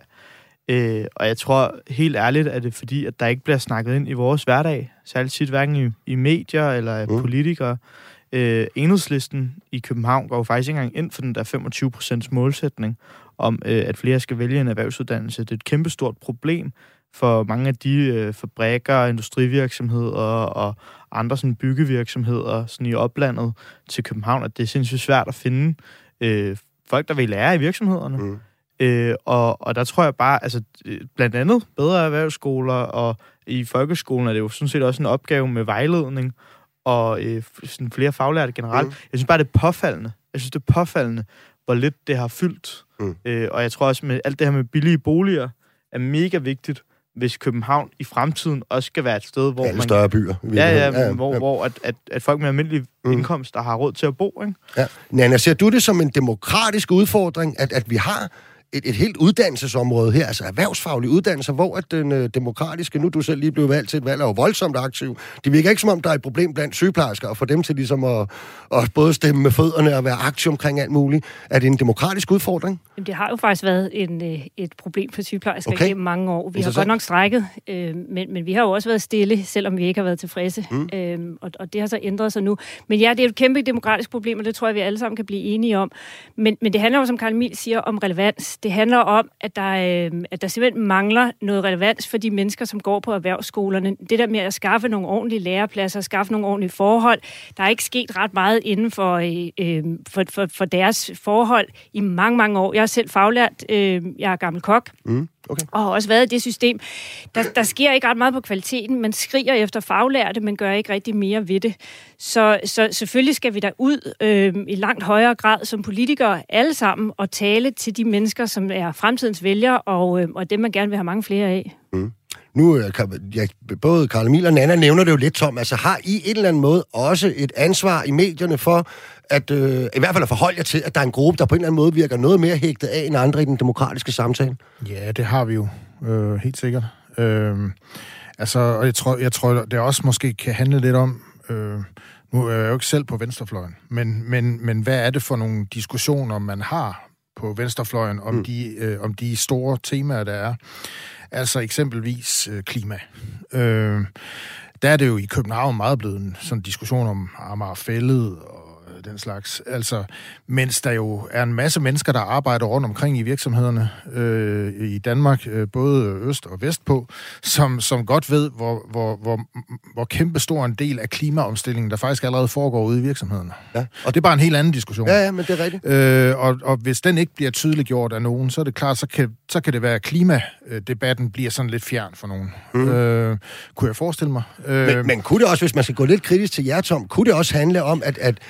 Øh, og jeg tror helt ærligt, at det er fordi, at der ikke bliver snakket ind i vores hverdag. Særligt tit hverken i, i medier eller mm. politikere. Øh, Enhedslisten i København går jo faktisk ikke engang ind for den der femogtyve procent målsætning om, øh, at flere skal vælge en erhvervsuddannelse. Det er et kæmpestort problem for mange af de øh, fabrikker, industrivirksomheder og andre sådan byggevirksomheder sådan i oplandet til København, at det er sindssygt svært at finde øh, folk, der vil lære i virksomhederne. Mm. Øh, og, og der tror jeg bare, altså blandt andet bedre erhvervsskoler, og i folkeskolen er det jo sådan set også en opgave med vejledning, og øh, sådan flere faglærte generelt. Mm. Jeg synes bare, det er påfaldende. Jeg synes, det er påfaldende, hvor lidt det har fyldt. Mm. Øh, og jeg tror også, med alt det her med billige boliger, er mega vigtigt, hvis København i fremtiden også skal være et sted, hvor alle man... større byer. Ja, ja, ja, ja, hvor, ja. hvor at, at, at folk med almindelig mm. indkomst, der har råd til at bo, ikke? Ja. Nanna, ser du det som en demokratisk udfordring, at, at vi har et, et helt uddannelsesområde her, altså erhvervsfaglige uddannelser, hvor at den øh, demokratiske, nu du selv lige blev valgt til et valg, er jo voldsomt aktiv. Det virker ikke som om, der er et problem blandt sygeplejersker, og for dem til ligesom at, at både stemme med fødderne og være aktiv omkring alt muligt. Er det en demokratisk udfordring? Jamen, det har jo faktisk været en, et problem for sygeplejersker okay. gennem mange år. Vi har godt nok strækket, øh, men, men vi har jo også været stille, selvom vi ikke har været tilfredse. Mm. Øh, og, og det har så ændret sig nu. Men ja, det er et kæmpe demokratisk problem, og det tror jeg, vi alle sammen kan blive enige om. Men, men det handler jo, som Carl Emil siger, om relevans. Det handler om, at der, øh, at der simpelthen mangler noget relevans for de mennesker, som går på erhvervsskolerne. Det der med at skaffe nogle ordentlige lærepladser, skaffe nogle ordentlige forhold. Der er ikke sket ret meget inden for, øh, for, for, for deres forhold i mange, mange år. Jeg er selv faglært. Øh, jeg er gammel kok. Mm. Okay. Og har også været i det system. Der, der sker ikke ret meget på kvaliteten. Man skriger efter faglærte, men gør ikke rigtig mere ved det. Så, så selvfølgelig skal vi da ud øh, i langt højere grad som politikere alle sammen og tale til de mennesker, som er fremtidens vælgere, og, øh, og dem, man gerne vil have mange flere af. Mm. Nu, ja, både Carl Emil og Nanna nævner det jo lidt, Tom. Altså, har I en eller anden måde også et ansvar i medierne for, at øh, i hvert fald at forholde jer til, at der er en gruppe, der på en eller anden måde virker noget mere hægtet af end andre i den demokratiske samtale? Ja, det har vi jo. Øh, helt sikkert. Øh, altså, og jeg tror, jeg tror, det også måske kan handle lidt om... Øh, nu er jeg jo ikke selv på venstrefløjen, men, men, men hvad er det for nogle diskussioner, man har på venstrefløjen om, mm. de, øh, om de store temaer, der er? Altså eksempelvis øh, klima. Øh, der er det jo i København meget blevet en sådan diskussion om Amagerfællet og den slags. Altså, mens der jo er en masse mennesker, der arbejder rundt omkring i virksomhederne øh, i Danmark, øh, både øst og vest på, som, som godt ved, hvor, hvor, hvor, hvor kæmpe stor en del af klimaomstillingen, der faktisk allerede foregår ude i virksomhederne. Ja. Og det er bare en helt anden diskussion. Ja, ja, men det er rigtigt. Øh, og, og hvis den ikke bliver tydeliggjort af nogen, så er det klart, så kan, så kan det være, at klimadebatten bliver sådan lidt fjern for nogen. Mm. Øh, kunne jeg forestille mig. Øh, men, men kunne det også, hvis man skal gå lidt kritisk til jer, Tom, kunne det også handle om, at, at, at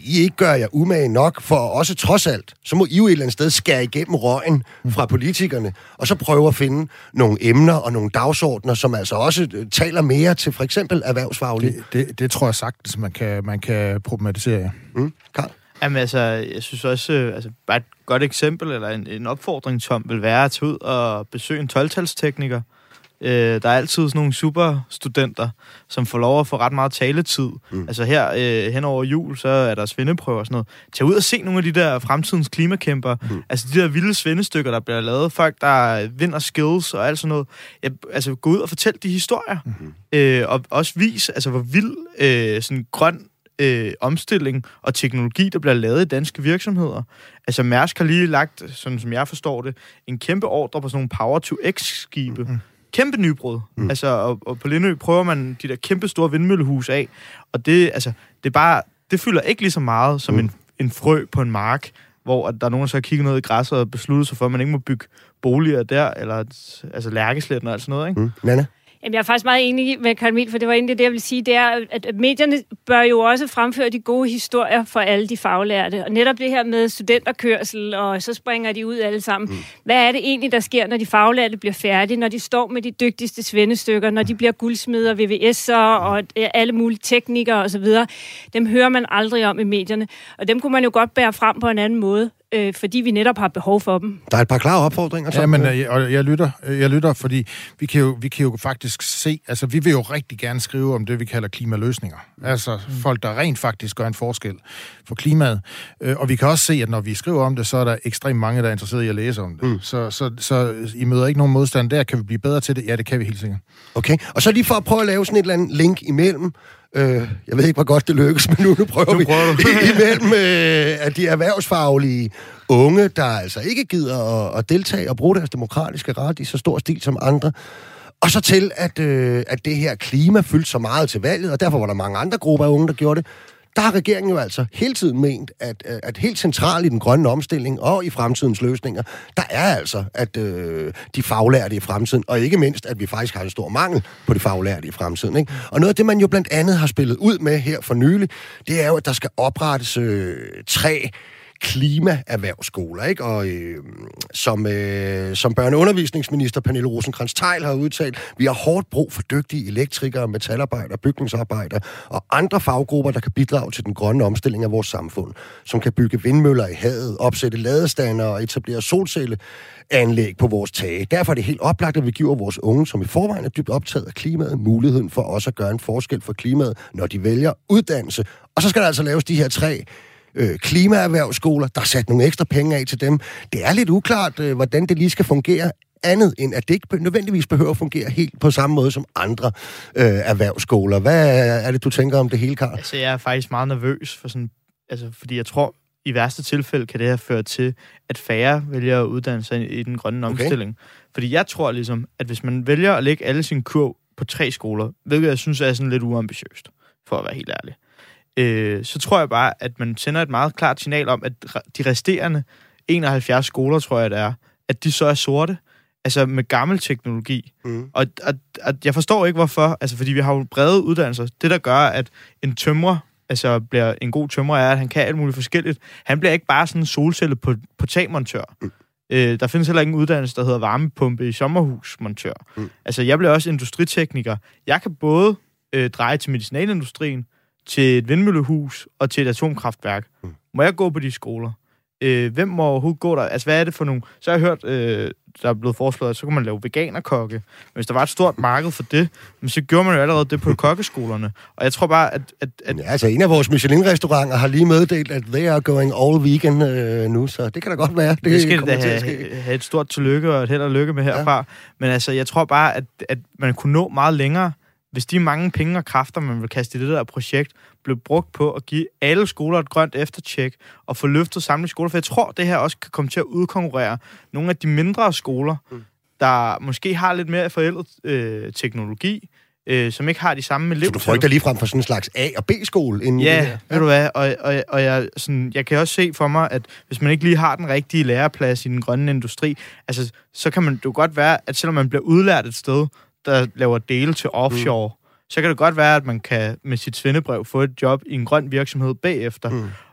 I ikke gør jer umage nok, for også trods alt, så må I jo et eller andet sted skære igennem røgen fra politikerne, og så prøve at finde nogle emner og nogle dagsordner, som altså også taler mere til for eksempel erhvervsfaglige. Det, det, det tror jeg sagtens, man kan, man kan problematisere, ja. Mm, Carl? Jamen altså, jeg synes også, altså bare et godt eksempel, eller en, en opfordring, Tom, vil være at tage ud og besøge en tolv-talstekniker. Øh, der er altid sådan nogle superstudenter, som får lov at få ret meget taletid. Mm. Altså her øh, hen over jul, så er der svendeprøver og sådan noget. Tag ud og se nogle af de der fremtidens klimakæmper. Mm. Altså de der vilde svendestykker, der bliver lavet. Folk, der vinder skills og alt sådan noget. Ja, altså gå ud og fortæl de historier. Mm-hmm. Øh, og også vis, altså hvor vild øh, sådan grøn øh, omstilling og teknologi, der bliver lavet i danske virksomheder. Altså Mærsk har lige lagt, sådan som jeg forstår det, en kæmpe ordre på sådan nogle Power to X-skibe. Mm-hmm. Kæmpe nybrud. Mm. Altså, og, og på Lindø prøver man de der kæmpe store vindmøllehus af, og det, altså, det er bare, det fylder ikke lige så meget som mm. en, en frø på en mark, hvor der er nogen, der så har kigget ned i græsset og besluttet sig for, at man ikke må bygge boliger der, eller altså lærkesletten og alt sådan noget, ikke? Mm. Nanna? Jamen, jeg er faktisk meget enig med Carl Emil, for det var egentlig det, jeg vil sige, det er, at medierne bør jo også fremføre de gode historier for alle de faglærte. Og netop det her med studenterkørsel, og så springer de ud alle sammen. Mm. Hvad er det egentlig, der sker, når de faglærte bliver færdige, når de står med de dygtigste svendestykker, når de bliver guldsmeder, V V S'er og alle mulige teknikere osv.? Dem hører man aldrig om i medierne, og dem kunne man jo godt bære frem på en anden måde, øh, fordi vi netop har behov for dem. Der er et par klare opfordringer. Ja, men jeg, og jeg lytter, jeg lytter, fordi vi kan, jo, vi kan jo faktisk se, altså vi vil jo rigtig gerne skrive om det, vi kalder klimaløsninger. Altså mm. folk, der rent faktisk gør en forskel for klimaet. Øh, og vi kan også se, at når vi skriver om det, så er der ekstremt mange, der er interesseret i at læse om det. Mm. Så, så, så I møder ikke nogen modstand der. Kan vi blive bedre til det? Ja, det kan vi helt sikkert. Okay, og så lige for at prøve at lave sådan et eller andet link imellem. Øh, jeg ved ikke, hvor godt det lykkes, men nu, nu prøver nu vi imellem øh, at de erhvervsfaglige unge, der altså ikke gider at, at deltage og bruge deres demokratiske ret i så stor stil som andre. Og så til, at, øh, at det her klima fyldte så meget til valget, og derfor var der mange andre grupper af unge, der gjorde det. Der har regeringen jo altså hele tiden ment, at, at helt centralt i den grønne omstilling og i fremtidens løsninger, der er altså, at øh, de faglærte i fremtiden, og ikke mindst, at vi faktisk har en stor mangel på de faglærte i fremtiden. Ikke? Og noget af det, man jo blandt andet har spillet ud med her for nylig, det er jo, at der skal oprettes øh, tre klimaerhvervsskoler, ikke? Og øh, som, øh, som børne- og undervisningsminister Pernille Rosenkrantz-Theil har udtalt, vi har hårdt brug for dygtige elektrikere, metalarbejdere, bygningsarbejdere og andre faggrupper, der kan bidrage til den grønne omstilling af vores samfund, som kan bygge vindmøller i havet, opsætte ladestander og etablere solcelleanlæg på vores tage. Derfor er det helt oplagt, at vi giver vores unge, som i forvejen er dybt optaget af klimaet, muligheden for også at gøre en forskel for klimaet, når de vælger uddannelse. Og så skal der altså laves de her tre Øh, klimaerhvervsskoler, der er sat nogle ekstra penge af til dem. Det er lidt uklart, øh, hvordan det lige skal fungere, andet end at det ikke nødvendigvis behøver at fungere helt på samme måde som andre øh, erhvervsskoler. Hvad er det, du tænker om det hele, Carl? Altså, jeg er faktisk meget nervøs, for sådan, altså, fordi jeg tror, i værste tilfælde kan det her føre til, at færre vælger at uddanne sig i, i den grønne okay. omstilling. Fordi jeg tror ligesom, at hvis man vælger at lægge alle sine kurv på tre skoler, hvilket jeg synes er sådan lidt uambitiøst, for at være helt ærlig, Øh, så tror jeg bare, at man sender et meget klart signal om, at de resterende enoghalvfjerds skoler, tror jeg det er, at de så er sorte, altså med gammel teknologi. Mm. Og, og, og jeg forstår ikke, hvorfor, altså fordi vi har jo brede uddannelser. Det, der gør, at en tømrer, altså bliver en god tømrer, er, at han kan alt muligt forskelligt. Han bliver ikke bare sådan en solcelle på, på tagmontør. Mm. Øh, der findes heller ikke en uddannelse, der hedder varmepumpe i sommerhusmontør. Mm. Altså, jeg bliver også industritekniker. Jeg kan både øh, dreje til medicinalindustrien, til et vindmøllehus og til et atomkraftværk. Mm. Må jeg gå på de skoler? Øh, hvem må overhovedet gå der? Altså, hvad er det for nogle... Så har jeg hørt, øh, der er blevet foreslået, at så kan man lave veganerkokke. Men hvis der var et stort marked for det, så gjorde man jo allerede det på kokkeskolerne. Og jeg tror bare, at... at, at... Ja, altså, en af vores Michelin-restauranter har lige meddelt, at they are going all vegan øh, nu, så det kan da godt være. Det, det skal da have, have et stort tillykke og et held og lykke med herfra. Ja. Men altså, jeg tror bare, at, at man kunne nå meget længere, hvis de mange penge og kræfter, man vil kaste i det der projekt, blev brugt på at give alle skoler et grønt eftertjek og få løftet samlet skoler. For jeg tror, det her også kan komme til at udkonkurrere nogle af de mindre skoler, mm. der måske har lidt mere forældet øh, teknologi, øh, som ikke har de samme elevtal. Så du frygter lige frem for sådan en slags A- og B-skole inden ja, i det her? Ja, ved du hvad, og, og, og jeg, sådan, jeg kan også se for mig, at hvis man ikke lige har den rigtige læreplads i den grønne industri, altså, så kan man jo godt være, at selvom man bliver udlært et sted, der laver dele til offshore, mm. så kan det godt være, at man kan med sit svendebrev få et job i en grøn virksomhed bagefter. Mm.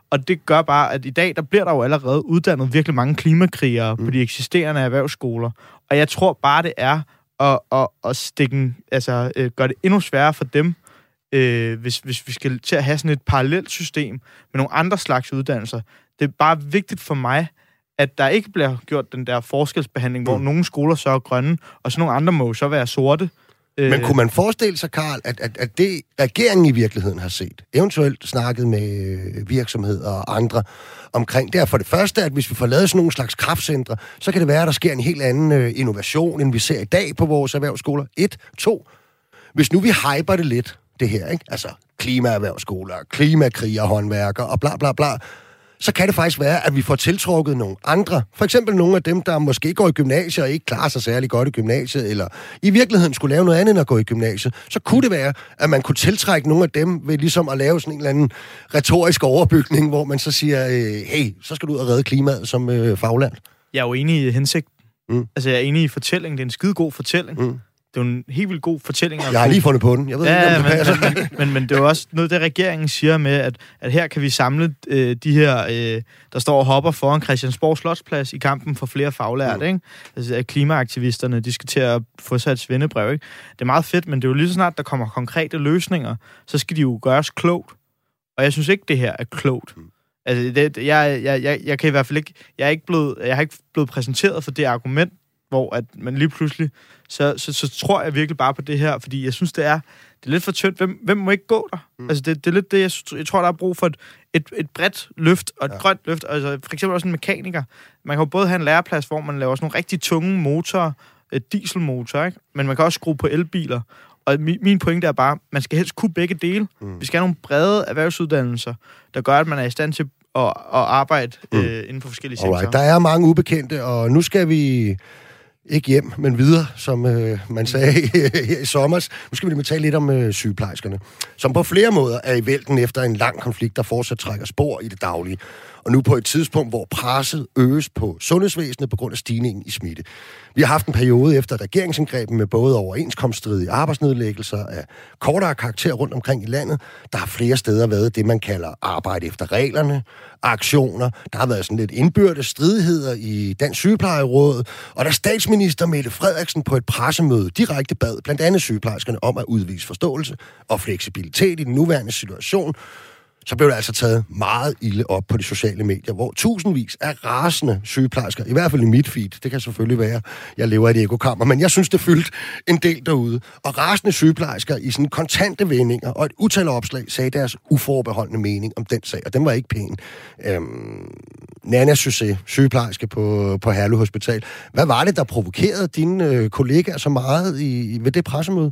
Og det gør bare, at i dag, der bliver der jo allerede uddannet virkelig mange klimakrigere mm. på de eksisterende erhvervsskoler. Og jeg tror bare, det er at, at, at stikke, altså, øh, gøre det endnu sværere for dem, øh, hvis, hvis vi skal til at have sådan et parallelt system med nogle andre slags uddannelser. Det er bare vigtigt for mig, at der ikke bliver gjort den der forskelsbehandling, mm. hvor nogle skoler så er grønne, og så nogle andre må så være sorte. Men kunne man forestille sig, Karl, at, at, at det regeringen i virkeligheden har set, eventuelt snakket med virksomheder og andre omkring, det er for det første, at hvis vi får lavet sådan nogle slags kraftcentre, så kan det være, at der sker en helt anden innovation, end vi ser i dag på vores erhvervsskoler. Et. To. Hvis nu vi hyper det lidt, det her, ikke? Altså klimaerhvervsskoler, klimakriger, håndværker og bla bla bla, så kan det faktisk være, at vi får tiltrukket nogle andre. For eksempel nogle af dem, der måske går i gymnasiet og ikke klarer sig særlig godt i gymnasiet, eller i virkeligheden skulle lave noget andet end at gå i gymnasiet. Så kunne det være, at man kunne tiltrække nogle af dem ved ligesom at lave sådan en eller anden retorisk overbygning, hvor man så siger, hey, så skal du ud og redde klimaet som øh, faglært. Jeg er jo enig i hensigten. Mm. Altså, jeg er enig i fortællingen. Det er en skide god fortælling. Mm. Det er jo en helt vildt god fortælling. Jeg har lige fundet på den. Jeg ved ja, ikke, om det men, passer. Men, men, men det er jo også noget, det regeringen siger med, at, at her kan vi samle øh, de her, øh, der står og hopper foran Christiansborg Slotsplads i kampen for flere faglærte, mm. ikke? Altså, at klimaaktivisterne, de skal til at få sat et svendebrev, ikke? Det er meget fedt, men det er jo lige så snart, der kommer konkrete løsninger, så skal de jo gøres klogt. Og jeg synes ikke, det her er klogt. Mm. Altså, det, jeg, jeg, jeg, jeg kan i hvert fald ikke, jeg er ikke blevet, jeg har ikke blevet præsenteret for det argument, hvor at man lige pludselig, så, så, så tror jeg virkelig bare på det her, fordi jeg synes, det er, det er lidt for tyndt. Hvem, hvem må ikke gå der? Mm. Altså, det, det er lidt det, jeg, jeg tror, der er brug for et, et, et bredt løft og et ja. grønt løft. Altså, for eksempel også en mekaniker. Man kan jo både have en læreplads, hvor man laver sådan nogle rigtig tunge motorer, dieselmotorer, ikke? Men man kan også skrue på elbiler. Og min, min pointe er bare, man skal helst kunne begge dele. Mm. Vi skal have nogle brede erhvervsuddannelser, der gør, at man er i stand til at, at arbejde mm. øh, inden for forskellige sektorer. Alright. Der er mange ubekendte, og nu skal vi ikke hjem, men videre, som øh, man sagde her i sommer. Nu skal vi lige tale lidt om øh, sygeplejerskerne, som på flere måder er i vælten efter en lang konflikt, der fortsat trækker spor i det daglige. Og nu på et tidspunkt, hvor presset øges på sundhedsvæsenet på grund af stigningen i smitte. Vi har haft en periode efter regeringsindgrebet med både overenskomststridige arbejdsnedlæggelser af kortere karakter rundt omkring i landet. Der har flere steder været det, man kalder arbejde efter reglerne, aktioner. Der har været sådan lidt indbyrdes stridigheder i Dansk Sygeplejeråd, og der statsminister Mette Frederiksen på et pressemøde direkte bad blandt andet sygeplejerskerne om at udvise forståelse og fleksibilitet i den nuværende situation, så blev der altså taget meget ilde op på de sociale medier, hvor tusindvis af rasende sygeplejersker, i hvert fald i mit feed, det kan selvfølgelig være, jeg lever i et ekokammer, men jeg synes, det fyldt en del derude. Og rasende sygeplejersker i sådan kontante vendinger og et utal opslag sagde deres uforbeholdende mening om den sag, og den var ikke pæn. Øhm, Nana Sucé, sygeplejerske på, på Herlev Hospital. Hvad var det, der provokerede dine øh, kollegaer så meget i, ved det pressemøde?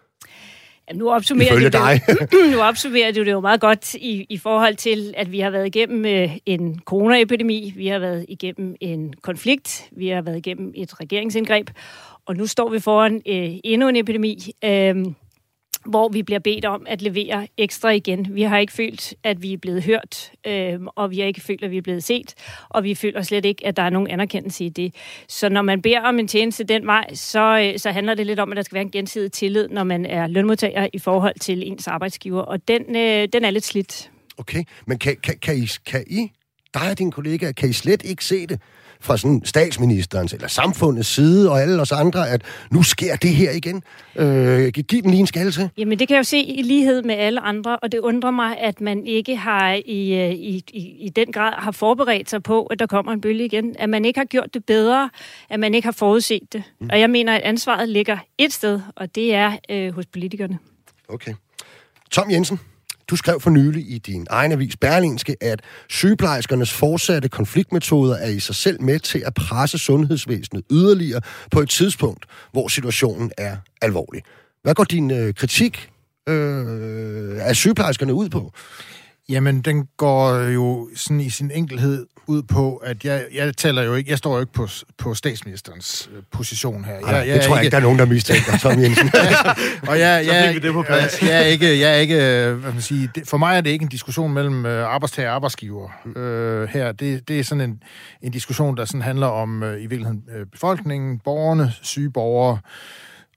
Nu opsummerer, det, det, nu opsummerer det jo meget godt i, i forhold til, at vi har været igennem øh, en coronaepidemi, vi har været igennem en konflikt, vi har været igennem et regeringsindgreb, og nu står vi foran øh, endnu en epidemi, øh, hvor vi bliver bedt om at levere ekstra igen. Vi har ikke følt, at vi er blevet hørt, øh, og vi har ikke følt, at vi er blevet set, og vi føler slet ikke, at der er nogen anerkendelse i det. Så når man beder om en tjeneste den vej, så, øh, så handler det lidt om, at der skal være en gensidig tillid, når man er lønmodtager i forhold til ens arbejdsgiver, og den, øh, den er lidt slidt. Okay, men kan, kan, kan, I, kan I, dig og dine kollegaer, kan I slet ikke se det fra sådan statsministerens eller samfundets side og alle os andre, at nu sker det her igen? Øh, giv den lige en skalle til. Jamen, det kan jeg jo se i lighed med alle andre, og det undrer mig, at man ikke har i, i, i, i den grad har forberedt sig på, at der kommer en bølge igen. At man ikke har gjort det bedre, at man ikke har forudset det. Mm. Og jeg mener, at ansvaret ligger et sted, og det er øh, hos politikerne. Okay. Tom Jensen, du skrev for nylig i din egen avis Berlingske, at sygeplejerskernes fortsatte konfliktmetoder er i sig selv med til at presse sundhedsvæsenet yderligere på et tidspunkt, hvor situationen er alvorlig. Hvad går din øh, kritik øh, af sygeplejerskerne ud på? Jamen, den går jo sådan i sin enkelhed ud på, at jeg, jeg taler jo ikke, jeg står jo ikke på, på statsministerens øh, position her. Ej, jeg, jeg det tror jeg ikke, ikke, der er nogen, der mistænker, Tom Jensen. og jeg, jeg, jeg, jeg, jeg er ikke, jeg er ikke, hvad man siger, det, for mig er det ikke en diskussion mellem øh, arbejdstager og arbejdsgiver øh, her. Det, det er sådan en, en diskussion, der sådan handler om øh, i virkeligheden øh, befolkningen, borgerne, syge borgere,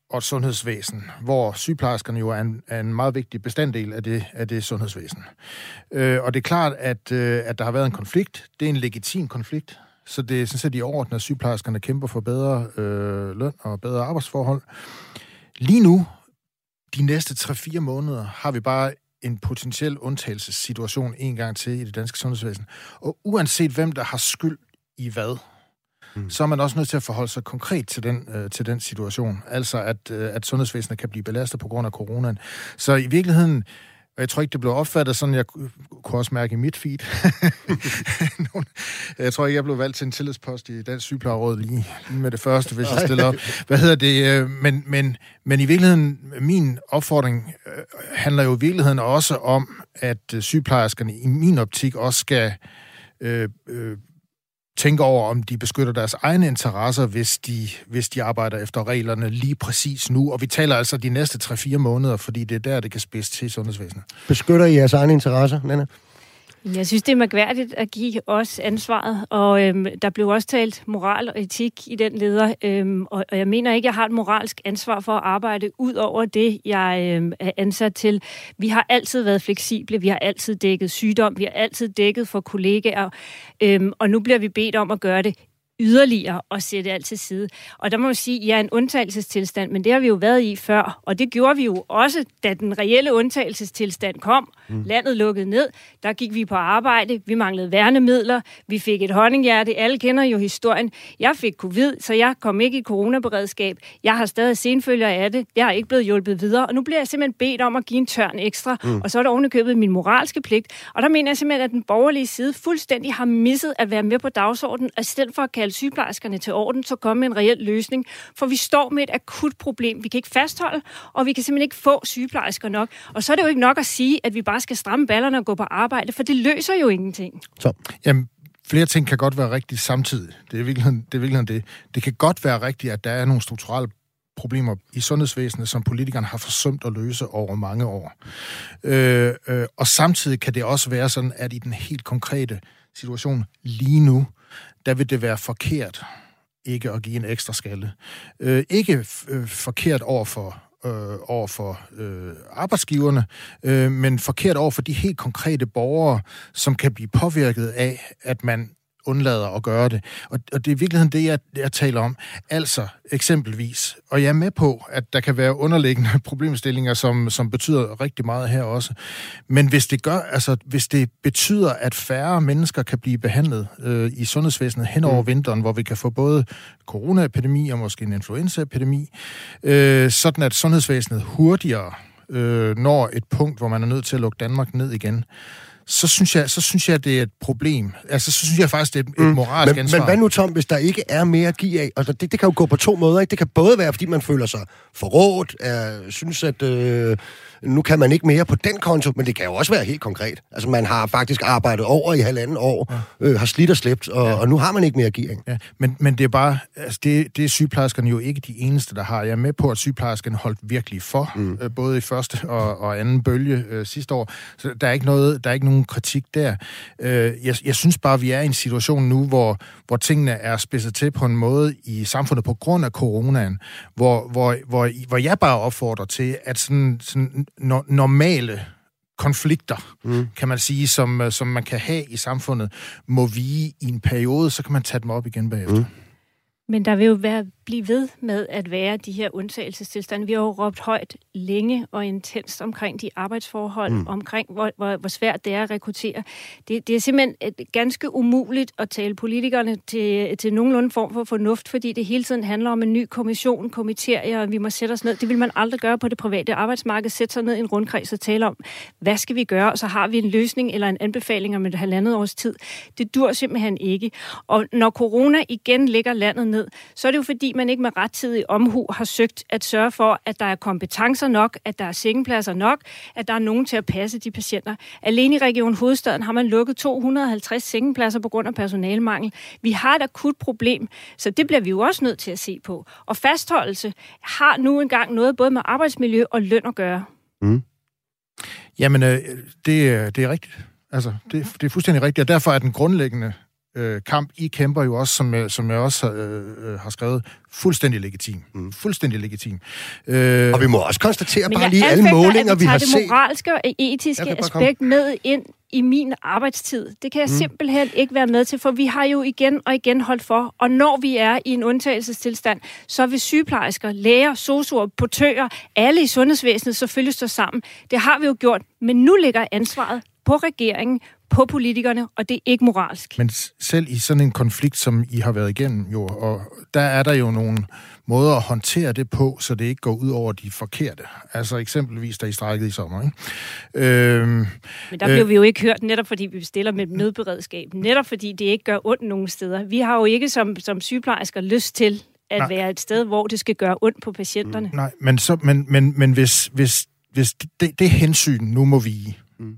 og et sundhedsvæsen, hvor sygeplejerskerne jo er en, er en meget vigtig bestanddel af det, af det sundhedsvæsen. Øh, og det er klart, at, øh, at der har været en konflikt. Det er en legitim konflikt, så det er sådan set i orden, at sygeplejerskerne kæmper for bedre øh, løn og bedre arbejdsforhold. Lige nu, de næste tre fire måneder, har vi bare en potentiel undtagelsessituation en gang til i det danske sundhedsvæsen. Og uanset hvem, der har skyld i hvad, mm. så er man også nødt til at forholde sig konkret til den, øh, til den situation. Altså, at, øh, at sundhedsvæsenet kan blive belastet på grund af coronaen. Så i virkeligheden, og jeg tror ikke, det blev opfattet sådan, jeg kunne også mærke i mit feed. Jeg tror ikke, jeg blev valgt til en tillidspost i Dansk Sygeplejeråd lige, lige med det første, hvis jeg stiller op. Hvad hedder det? Men, men, men i virkeligheden, min opfordring handler jo i virkeligheden også om, at sygeplejerskerne i min optik også skal øh, øh, tænke over, om de beskytter deres egne interesser, hvis de, hvis de arbejder efter reglerne lige præcis nu. Og vi taler altså de næste tre fire måneder, fordi det er der, det kan spidse til sundhedsvæsenet. Beskytter I jeres egne interesser, Nanna? Jeg synes, det er mærkværdigt at give os ansvaret, og øhm, der blev også talt moral og etik i den leder, øhm, og, og jeg mener ikke, at jeg har et moralsk ansvar for at arbejde ud over det, jeg øhm, er ansat til. Vi har altid været fleksible, vi har altid dækket sygdom, vi har altid dækket for kollegaer, øhm, og nu bliver vi bedt om at gøre det yderligere og sætte alt til side. Og der må man sige, at ja, en undtagelsestilstand, men det har vi jo været i før, og det gjorde vi jo også, da den reelle undtagelsestilstand kom. Mm. Landet lukkede ned, der gik vi på arbejde, vi manglede værnemidler, vi fik et honninghjerte, alle kender jo historien. Jeg fik covid, så jeg kom ikke i coronaberedskab. Jeg har stadig senfølger af det, jeg har ikke blevet hjulpet videre, og nu bliver jeg simpelthen bedt om at give en tørn ekstra, mm. og så er der ovenikøbet min moralske pligt, og der mener jeg simpelthen, at den borgerlige side fuldstændig har misset at være med på dagsordenen, og i stedet for at kalde sygeplejerskerne til orden, så komme med en reel løsning. For vi står med et akut problem. Vi kan ikke fastholde, og vi kan simpelthen ikke få sygeplejersker nok. Og så er det jo ikke nok at sige, at vi bare skal stramme ballerne og gå på arbejde, for det løser jo ingenting. Så. Jamen, flere ting kan godt være rigtigt samtidig. Det er virkelig det. Er virkelig det. Det kan godt være rigtigt, at der er nogle strukturelle problemer i sundhedsvæsenet, som politikerne har forsømt at løse over mange år. Øh, øh, og samtidig kan det også være sådan, at i den helt konkrete situation lige nu, der vil det være forkert ikke at give en ekstra skalle. Øh, ikke øh, forkert over for, øh, over for øh, arbejdsgiverne, øh, men forkert over for de helt konkrete borgere, som kan blive påvirket af, at man undlader at gøre det. Og, og det er i virkeligheden det, jeg, jeg taler om. Altså eksempelvis, og jeg er med på, at der kan være underliggende problemstillinger, som, som betyder rigtig meget her også. Men hvis det gør, altså hvis det betyder, at færre mennesker kan blive behandlet øh, i sundhedsvæsenet hen over mm. vinteren, hvor vi kan få både coronaepidemi og måske en influenzaepidemi, øh, sådan at sundhedsvæsenet hurtigere øh, når et punkt, hvor man er nødt til at lukke Danmark ned igen, så synes jeg, så synes jeg, det er et problem. Altså, så synes jeg faktisk, det er et, mm. et moralsk men, ansvar. Men hvad nu, Tom, hvis der ikke er mere at give af? Altså, det, det kan jo gå på to måder, ikke? Det kan både være, fordi man føler sig forrådt, er, synes, at øh, nu kan man ikke mere på den konto, men det kan jo også være helt konkret. Altså, man har faktisk arbejdet over i halvanden år, ja. øh, har slidt og slæbt, og, ja. og nu har man ikke mere at give af. Ja. Men, men det er bare, altså, det, det er sygeplejerskerne jo ikke de eneste, der har. Jeg er med på, at sygeplejerskerne holdt virkelig for, mm. øh, både i første og, og anden bølge øh, sidste år. Så der er ikke noget, der er ikke nogen kritik der. Øh, jeg, jeg synes bare, at vi er i en situation nu, hvor, hvor tingene er spidset til på en måde i samfundet på grund af coronaen, hvor, hvor, hvor, hvor jeg bare opfordrer til, at sådan, sådan no, normale konflikter, mm. kan man sige, som, som man kan have i samfundet, må vige i en periode, så kan man tage dem op igen bagefter. Mm. Men der vil jo være, blive ved med at være de her undtagelsestilstande. Vi har jo råbt højt længe og intenst omkring de arbejdsforhold, mm. omkring hvor, hvor, hvor svært det er at rekruttere. Det, det er simpelthen ganske umuligt at tale politikerne til, til nogenlunde form for fornuft, fordi det hele tiden handler om en ny kommission, komiteer, og vi må sætte os ned. Det vil man aldrig gøre på det private arbejdsmarked. Sætte sig ned i en rundkreds og tale om, hvad skal vi gøre, og så har vi en løsning eller en anbefaling om et halvandet års tid. Det dur simpelthen ikke. Og når corona igen ligger landet ned, så er det jo fordi, man ikke med rettidig omhu har søgt at sørge for, at der er kompetencer nok, at der er sengepladser nok, at der er nogen til at passe de patienter. Alene i Region Hovedstaden har man lukket to hundrede og halvtreds sengepladser på grund af personalemangel. Vi har et akut problem, så det bliver vi jo også nødt til at se på. Og fastholdelse har nu engang noget både med arbejdsmiljø og løn at gøre. Mm. Jamen, øh, det, det er rigtigt. Altså, det, det er fuldstændig rigtigt, og derfor er den grundlæggende øh, kamp, I kæmper jo også, som jeg, som jeg også øh, har skrevet, fuldstændig legitim. Mm. Fuldstændig legitim. Øh, og vi må også konstatere men bare lige alle målinger, vi har set. Men jeg det moralske og etiske aspekt med ind i min arbejdstid. Det kan jeg mm. simpelthen ikke være med til, for vi har jo igen og igen holdt for, og når vi er i en undtagelsestilstand, så vil sygeplejersker, læger, sosuer, portører, alle i sundhedsvæsenet selvfølgelig stå sammen. Det har vi jo gjort, men nu ligger ansvaret på regeringen, på politikerne, og det er ikke moralsk. Men selv i sådan en konflikt, som I har været igennem, jo, og der er der jo nogle måder at håndtere det på, så det ikke går ud over de forkerte. Altså eksempelvis, da I strejkede i sommer, ikke? Øhm, Men der blev øh, vi jo ikke hørt, netop fordi vi stiller med nødberedskab. Netop fordi det ikke gør ondt nogen steder. Vi har jo ikke som, som sygeplejersker lyst til at nej. være et sted, hvor det skal gøre ondt på patienterne. Nej, men, så, men, men, men hvis, hvis, hvis det, det hensyn nu må vige,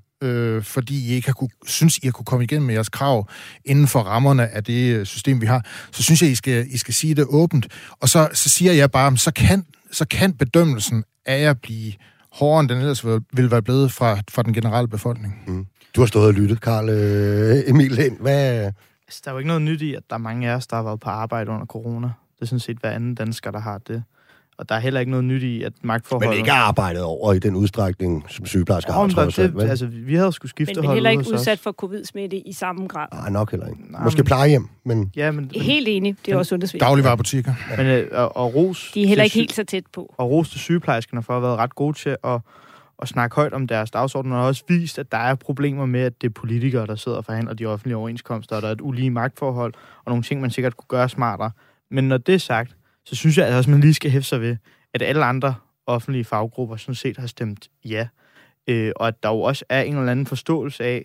Øh, fordi I ikke har kunne, synes, I har kunne komme igennem med jeres krav inden for rammerne af det system, vi har, så synes jeg, I skal, I skal sige det åbent. Og så, så siger jeg bare, så kan, så kan bedømmelsen af jer blive hårdere, end den ellers ville være blevet fra, fra den generelle befolkning. Mm. Du har stået og lyttet, Carl øh, Emil Lind. Hvad? Altså, der er jo ikke noget nyt i, at der er mange af os, der har været på arbejde under corona. Det er sådan set hver anden dansker, der har det. Og der er heller ikke noget nyt i, at magtforholdet... Men ikke er arbejdet over i den udstrækning, som sygeplejersker har, tror jeg selv, vel? Altså, vi havde sgu skiftet Men, men heller ikke udsat for covid-smitte i samme grad. Nej, nok heller ikke. Måske plejehjem, men... Ja, men... Helt enig, det er også sundhedsvæsen. Dagligvarebutikker. Men, øh, og, og ros... De er heller ikke helt så tæt på. Og ros til sygeplejerskerne for at have været ret gode til at, at snakke højt om deres dagsorden, og har også vist, at der er problemer med, at det er politikere, der sidder og forhandler de offentlige overenskomster, og der er et ulige magtforhold, og nogle ting, man sikkert kunne gøre smartere. Men når det er sagt, så synes jeg, at også, man lige skal hæfte sig ved, at alle andre offentlige faggrupper sådan set har stemt ja. Øh, og at der jo også er en eller anden forståelse af,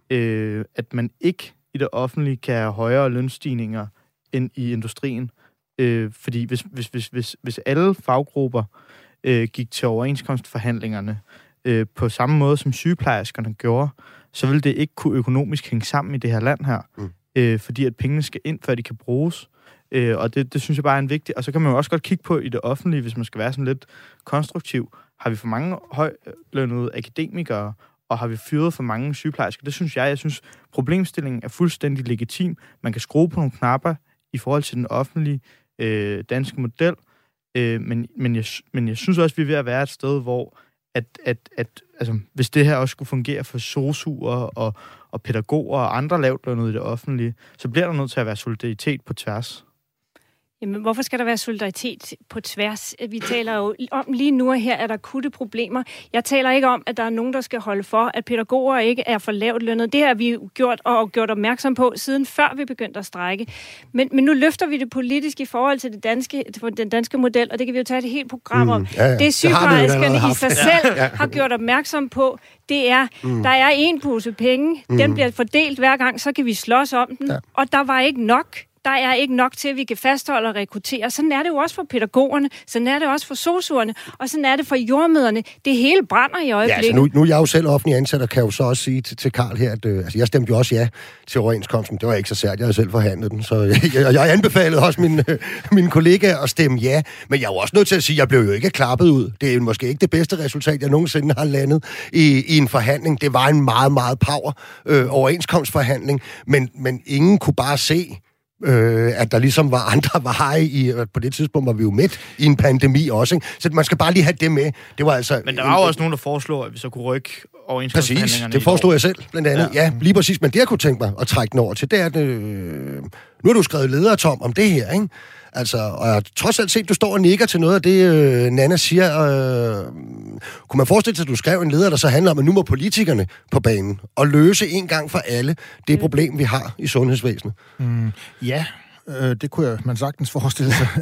øh, at man ikke i det offentlige kan have højere lønstigninger end i industrien. Øh, fordi hvis, hvis, hvis, hvis, hvis alle faggrupper øh, gik til overenskomstforhandlingerne øh, på samme måde, som sygeplejerskerne gjorde, så ville det ikke kunne økonomisk hænge sammen i det her land her. Mm. Øh, fordi at pengene skal ind, før de kan bruges. Øh, og det, det synes jeg bare er en vigtig... Og så kan man jo også godt kigge på i det offentlige, hvis man skal være sådan lidt konstruktiv. Har vi for mange højlønnede akademikere, og har vi fyret for mange sygeplejersker? Det synes jeg. Jeg synes, problemstillingen er fuldstændig legitim. Man kan skrue på nogle knapper i forhold til den offentlige øh, danske model. Øh, men, men, jeg, men jeg synes også, vi er ved at være et sted, hvor at, at, at, altså, hvis det her også skulle fungere for sosuer og, og pædagoger og andre lavtlønnede i det offentlige, så bliver der nødt til at være solidaritet på tværs. Jamen, hvorfor skal der være solidaritet på tværs? Vi taler jo om lige nu her, at der akutte problemer. Jeg taler ikke om, at der er nogen, der skal holde for, at pædagoger ikke er for lavt lønnet. Det har vi gjort og gjort opmærksom på, siden før vi begyndte at strejke. Men, men nu løfter vi det politisk i forhold til det danske, den danske model, og det kan vi jo tage et helt program om. Mm, ja, ja. Det sygeplejerskerne i sig selv ja, ja. har gjort opmærksom på, det er, mm. der er en pose penge, mm. den bliver fordelt hver gang, så kan vi slås om den, ja. og der var ikke nok. Der er ikke nok til, at vi kan fastholde og rekruttere. Sådan er det jo også for pædagogerne, sådan er det også for sosuerne, og sådan er det for jordmøderne. Det hele brænder i øjeblikket. Ja, altså nu, nu er jeg jo selv offentlig ansat, og kan jo så også sige til, til Carl her, at øh, altså, jeg stemte jo også ja til overenskomsten. Det var ikke så særligt, jeg havde selv forhandlet den, så jeg, jeg, jeg anbefalede også mine, øh, mine kollegaer at stemme ja. Men jeg er jo også nødt til at sige, at jeg blev jo ikke klappet ud. Det er måske ikke det bedste resultat, jeg nogensinde har landet i, i en forhandling. Det var en meget, meget power øh, overenskomstforhandling, men, men ingen kunne bare se, Øh, at der ligesom var andre veje i, på det tidspunkt var vi jo midt i en pandemi også, ikke? Så man skal bare lige have det med. Det var altså... Men der var jo også nogen, der foreslår, at vi så kunne rykke overenskomstforhandlingerne. Præcis, det foreslog jeg selv, blandt andet. Ja. ja, lige præcis. Men det, jeg kunne tænke mig at trække den over til, det er, at øh, nu har du skrevet ledere, Tom, om det her, ikke? Altså, og jeg har trods alt set, du står og nikker til noget af det, øh, Nanna siger. Øh, kunne man forestille sig, at du skrev en leder, der så handler om, at nu må politikerne på banen og løse en gang for alle det mm. problem, vi har i sundhedsvæsenet? Mm, ja, øh, det kunne jeg, man sagtens forestille sig.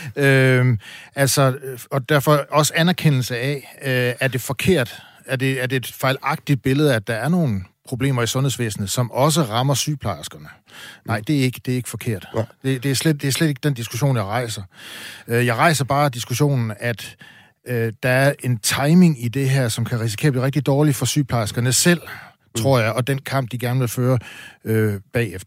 øh, altså, og derfor også anerkendelse af, øh, er det forkert? Er det, er det et fejlagtigt billede, at der er nogle problemer i sundhedsvæsenet, som også rammer sygeplejerskerne? Nej, det er ikke, det er ikke forkert. Ja. Det, det, er slet, det er slet ikke den diskussion, jeg rejser. Jeg rejser bare diskussionen, at øh, der er en timing i det her, som kan risikere at blive rigtig dårligt for sygeplejerskerne selv, mm. tror jeg, og den kamp, de gerne vil føre øh, bagefter.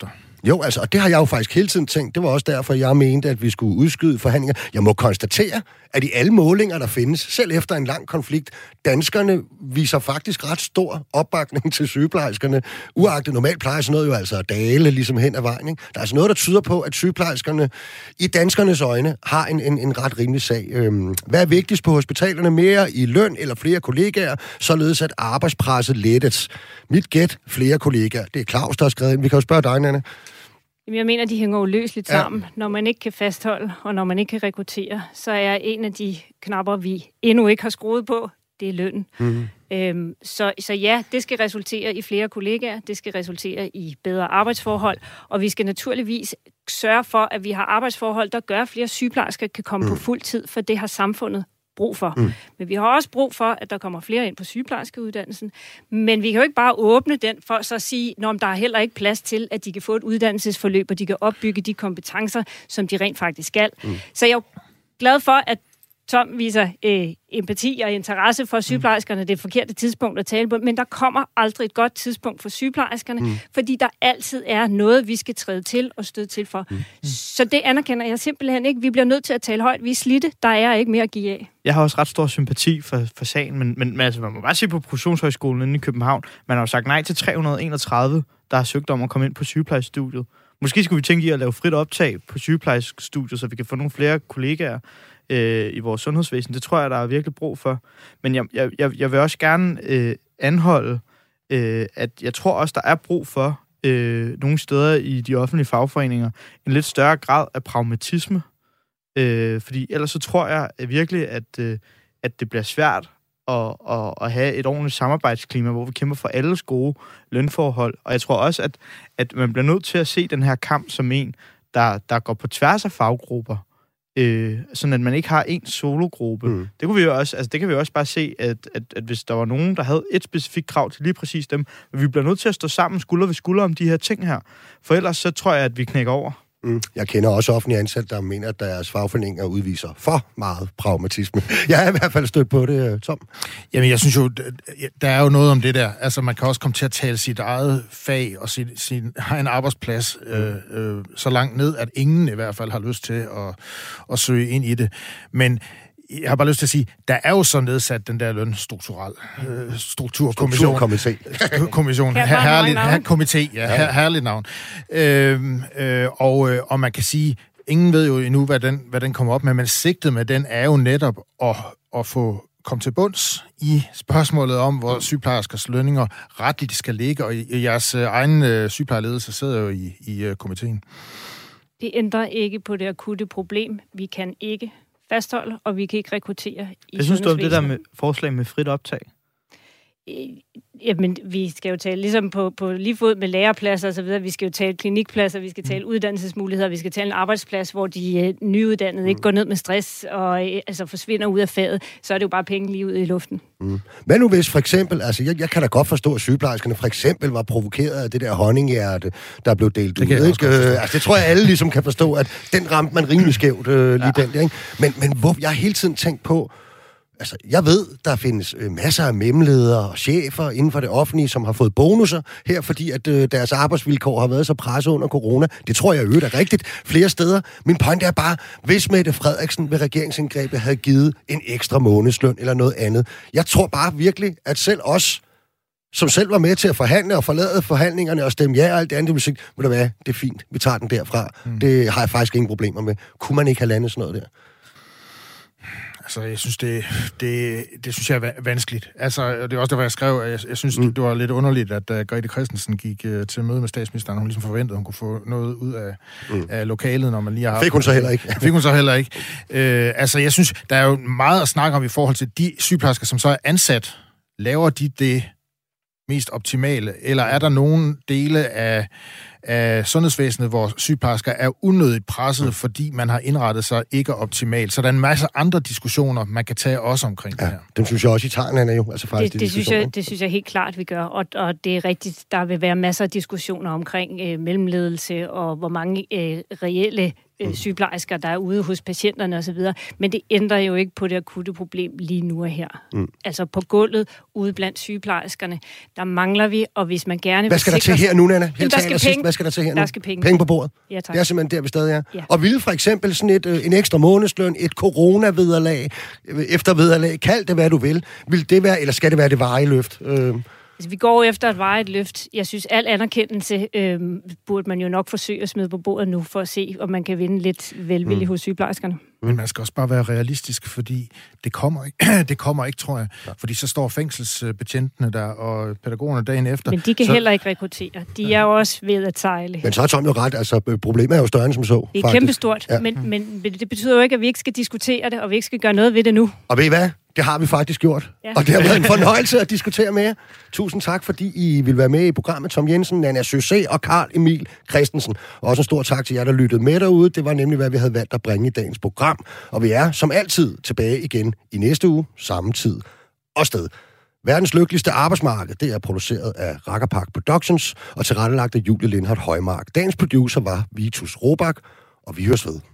Jo, altså, og det har jeg jo faktisk hele tiden tænkt. Det var også derfor, jeg mente, at vi skulle udskyde forhandlinger. Jeg må konstatere, at i alle målinger, der findes, selv efter en lang konflikt, danskerne viser faktisk ret stor opbakning til sygeplejerskerne. Uagtet normalt plejer sådan noget jo altså at dale ligesom hen ad vejen. Ikke? Der er altså noget, der tyder på, at sygeplejerskerne i danskernes øjne har en, en, en ret rimelig sag. Øhm, hvad er vigtigst på hospitalerne? Mere i løn eller flere kollegaer, således at arbejdspresset lettes? Mit gæt, flere kollegaer. Det er Claus, der har skrevet ind. Vi kan jo spørge dig, Nanne. Jeg mener, de hænger uløseligt sammen. Ja. Når man ikke kan fastholde, og når man ikke kan rekruttere, så er en af de knapper, vi endnu ikke har skruet på, det er løn. Mm-hmm. Øhm, så, så ja, det skal resultere i flere kollegaer, det skal resultere i bedre arbejdsforhold, og vi skal naturligvis sørge for, at vi har arbejdsforhold, der gør, at flere sygeplejersker kan komme mm. på fuld tid, for det har samfundet brug for. Mm. Men vi har også brug for, at der kommer flere ind på sygeplejerskeuddannelsen. Men vi kan jo ikke bare åbne den for så at sige, at der er heller ikke plads til, at de kan få et uddannelsesforløb, og de kan opbygge de kompetencer, som de rent faktisk skal. Mm. Så jeg er jo glad for, at Tom viser øh, empati og interesse for sygeplejerskerne. Det er et forkerte tidspunkt at tale på, men der kommer aldrig et godt tidspunkt for sygeplejerskerne, mm. fordi der altid er noget, vi skal træde til og støde til for. Mm. Så det anerkender jeg simpelthen ikke. Vi bliver nødt til at tale højt. Vi er slidte. Der er ikke mere at give af. Jeg har også ret stor sympati for, for sagen, men, men, men altså, man må bare se på Professionshøjskolen inde i København. Man har jo sagt nej til tre hundrede og enogtredive, der har søgt om at komme ind på sygeplejestudiet. Måske skulle vi tænke i at lave frit optag på sygeplejestudiet, så vi kan få nogle flere kollegaer øh, i vores sundhedsvæsen. Det tror jeg, der er virkelig brug for. Men jeg, jeg, jeg vil også gerne øh, anholde, øh, at jeg tror også, der er brug for øh, nogle steder i de offentlige fagforeninger en lidt større grad af pragmatisme. Øh, fordi ellers så tror jeg at virkelig, at, øh, at det bliver svært at, at, at have et ordentligt samarbejdsklima, hvor vi kæmper for alles gode lønforhold. Og jeg tror også, at, at man bliver nødt til at se den her kamp som en, der, der går på tværs af faggrupper. Øh, sådan at man ikke har en sologruppe. Mm. Det kunne vi jo også, altså det kan vi også bare se, at, at, at hvis der var nogen, der havde et specifikt krav til lige præcis dem, vi bliver nødt til at stå sammen skulder ved skulder om de her ting her. For ellers så tror jeg, at vi knækker over. Mm. Jeg kender også offentlige ansatte, der mener, at deres fagforeninger udviser for meget pragmatisme. Jeg er i hvert fald stødt på det, Tom. Jamen, jeg synes jo, der er jo noget om det der. Altså, man kan også komme til at tale sit eget fag og sin, sin egen arbejdsplads øh, øh, så langt ned, at ingen i hvert fald har lyst til at, at søge ind i det. Men jeg har bare lyst til at sige, der er jo så nedsat den der lønstrukturel øh, strukturkommission. Strukturkomité. Kommission. Her, herligt, her, komité, ja, her, herligt navn. Øh, øh, og, øh, og man kan sige, ingen ved jo endnu, hvad den, hvad den kommer op med, men sigtet med den er jo netop at, at få komme til bunds i spørgsmålet om, hvor sygeplejerskers lønninger retligt skal ligge, og i, i jeres egen øh, sygeplejerledelse sidder jo i, i øh, komiteen. Det ændrer ikke på det akutte problem. Vi kan ikke fastholde, og vi kan ikke rekruttere i Jeg synes du om det der med forslag med frit optag? Jamen, vi skal jo tale ligesom på, på lige fod med lærepladser og så videre. Vi skal jo tale klinikpladser, vi skal tale uddannelsesmuligheder, vi skal tale en arbejdsplads, hvor de uh, nyuddannede ikke går ned med stress og uh, altså forsvinder ud af faget. Så er det jo bare penge lige ud i luften. Mm. Men nu hvis for eksempel, altså jeg, jeg kan da godt forstå, at sygeplejerskerne for eksempel var provokeret af det der honninghjerte, der blev delt ud. Det, ikke? Altså, det tror jeg alle ligesom kan forstå, at den ramte man rimelig skævt øh, lige ja. den der. Ikke? Men, men hvor, jeg har hele tiden tænkt på, altså, jeg ved, der findes øh, masser af mellemledere og chefer inden for det offentlige, som har fået bonusser her, fordi at øh, deres arbejdsvilkår har været så presset under corona. Det tror jeg øvrigt er rigtigt flere steder. Min point er bare, hvis Mette Frederiksen ved regeringsindgrebet havde givet en ekstra månedsløn eller noget andet. Jeg tror bare virkelig, at selv os, som selv var med til at forhandle og forlade forhandlingerne og stemme ja og alt det andet, det vil sige, ved du hvad, det er fint, vi tager den derfra. Mm. Det har jeg faktisk ingen problemer med. Kunne man ikke have landet sådan noget der? Altså, jeg synes, det, det, det synes jeg er vanskeligt. Altså, det er også derfor, jeg skrev, at jeg, jeg synes, mm. det var lidt underligt, at uh, Grete Christensen gik uh, til møde med statsministeren, og hun ligesom forventede, at hun kunne få noget ud af, mm. af lokalet, når man lige har... Fik hun så heller ikke. Fik hun så heller ikke. Uh, altså, jeg synes, der er jo meget at snakke om i forhold til de sygeplejersker, som så er ansat. Laver de det mest optimale, eller er der nogle dele af, af sundhedsvæsenet, hvor sygeplejersker er unødigt presset, mm. fordi man har indrettet sig ikke optimalt. Så der er en masse andre diskussioner, man kan tage også omkring ja, det her. Dem synes jeg også, I tager, Anna, jo. Altså faktisk det, det, synes jeg, det synes jeg helt klart, vi gør. Og, og det er rigtigt, der vil være masser af diskussioner omkring øh, mellemledelse, og hvor mange øh, reelle øh, sygeplejersker, der er ude hos patienterne osv. Men det ændrer jo ikke på det akutte problem lige nu og her. Mm. Altså på gulvet, ude blandt sygeplejerskerne, der mangler vi, og hvis man gerne Hvad skal der til her nu, Anna? Der skal, penge, hvad skal der til her nu? Der skal penge. Penge på bordet? Ja, tak. Det er simpelthen der, vi stadig er. Ja. Og ville for eksempel sådan et, øh, en ekstra månedsløn, et coronavederlag, øh, eftervederlag, kald det hvad du vil, vil det være, eller skal det være det varige løft? Øh. Altså, vi går efter et varigt løft. Jeg synes, al anerkendelse øh, burde man jo nok forsøge at smide på bordet nu, for at se, om man kan vinde lidt velvilje mm. hos sygeplejerskerne. Men man skal også bare være realistisk, fordi det kommer ikke, det kommer ikke, tror jeg. Ja. Fordi så står fængselsbetjentene der, og pædagogerne dagen efter. Men de kan så... heller ikke rekruttere. De er jo også ved at sejle. Men så har Tom jo ret, altså problemet er jo større end som så. Det er kæmpestort, ja. men, men, men det betyder jo ikke, at vi ikke skal diskutere det, og vi ikke skal gøre noget ved det nu. Og ved I hvad? Det har vi faktisk gjort. Ja. Og det har været en fornøjelse at diskutere med jer. Tusind tak, fordi I vil være med i programmet. Tom Jensen, Nanna Søsæ og Karl Emil Christensen. Og også en stor tak til jer, der lyttede med derude. Det var nemlig, hvad vi havde valgt at bringe i dagens program. Og vi er, som altid, tilbage igen i næste uge, samme tid og sted. Verdens lykkeligste arbejdsmarked, det er produceret af Rakkerpark Productions og tilrettelagt af Julie Lindhardt Højmark. Dagens producer var Vitus Robak, og vi høres ved.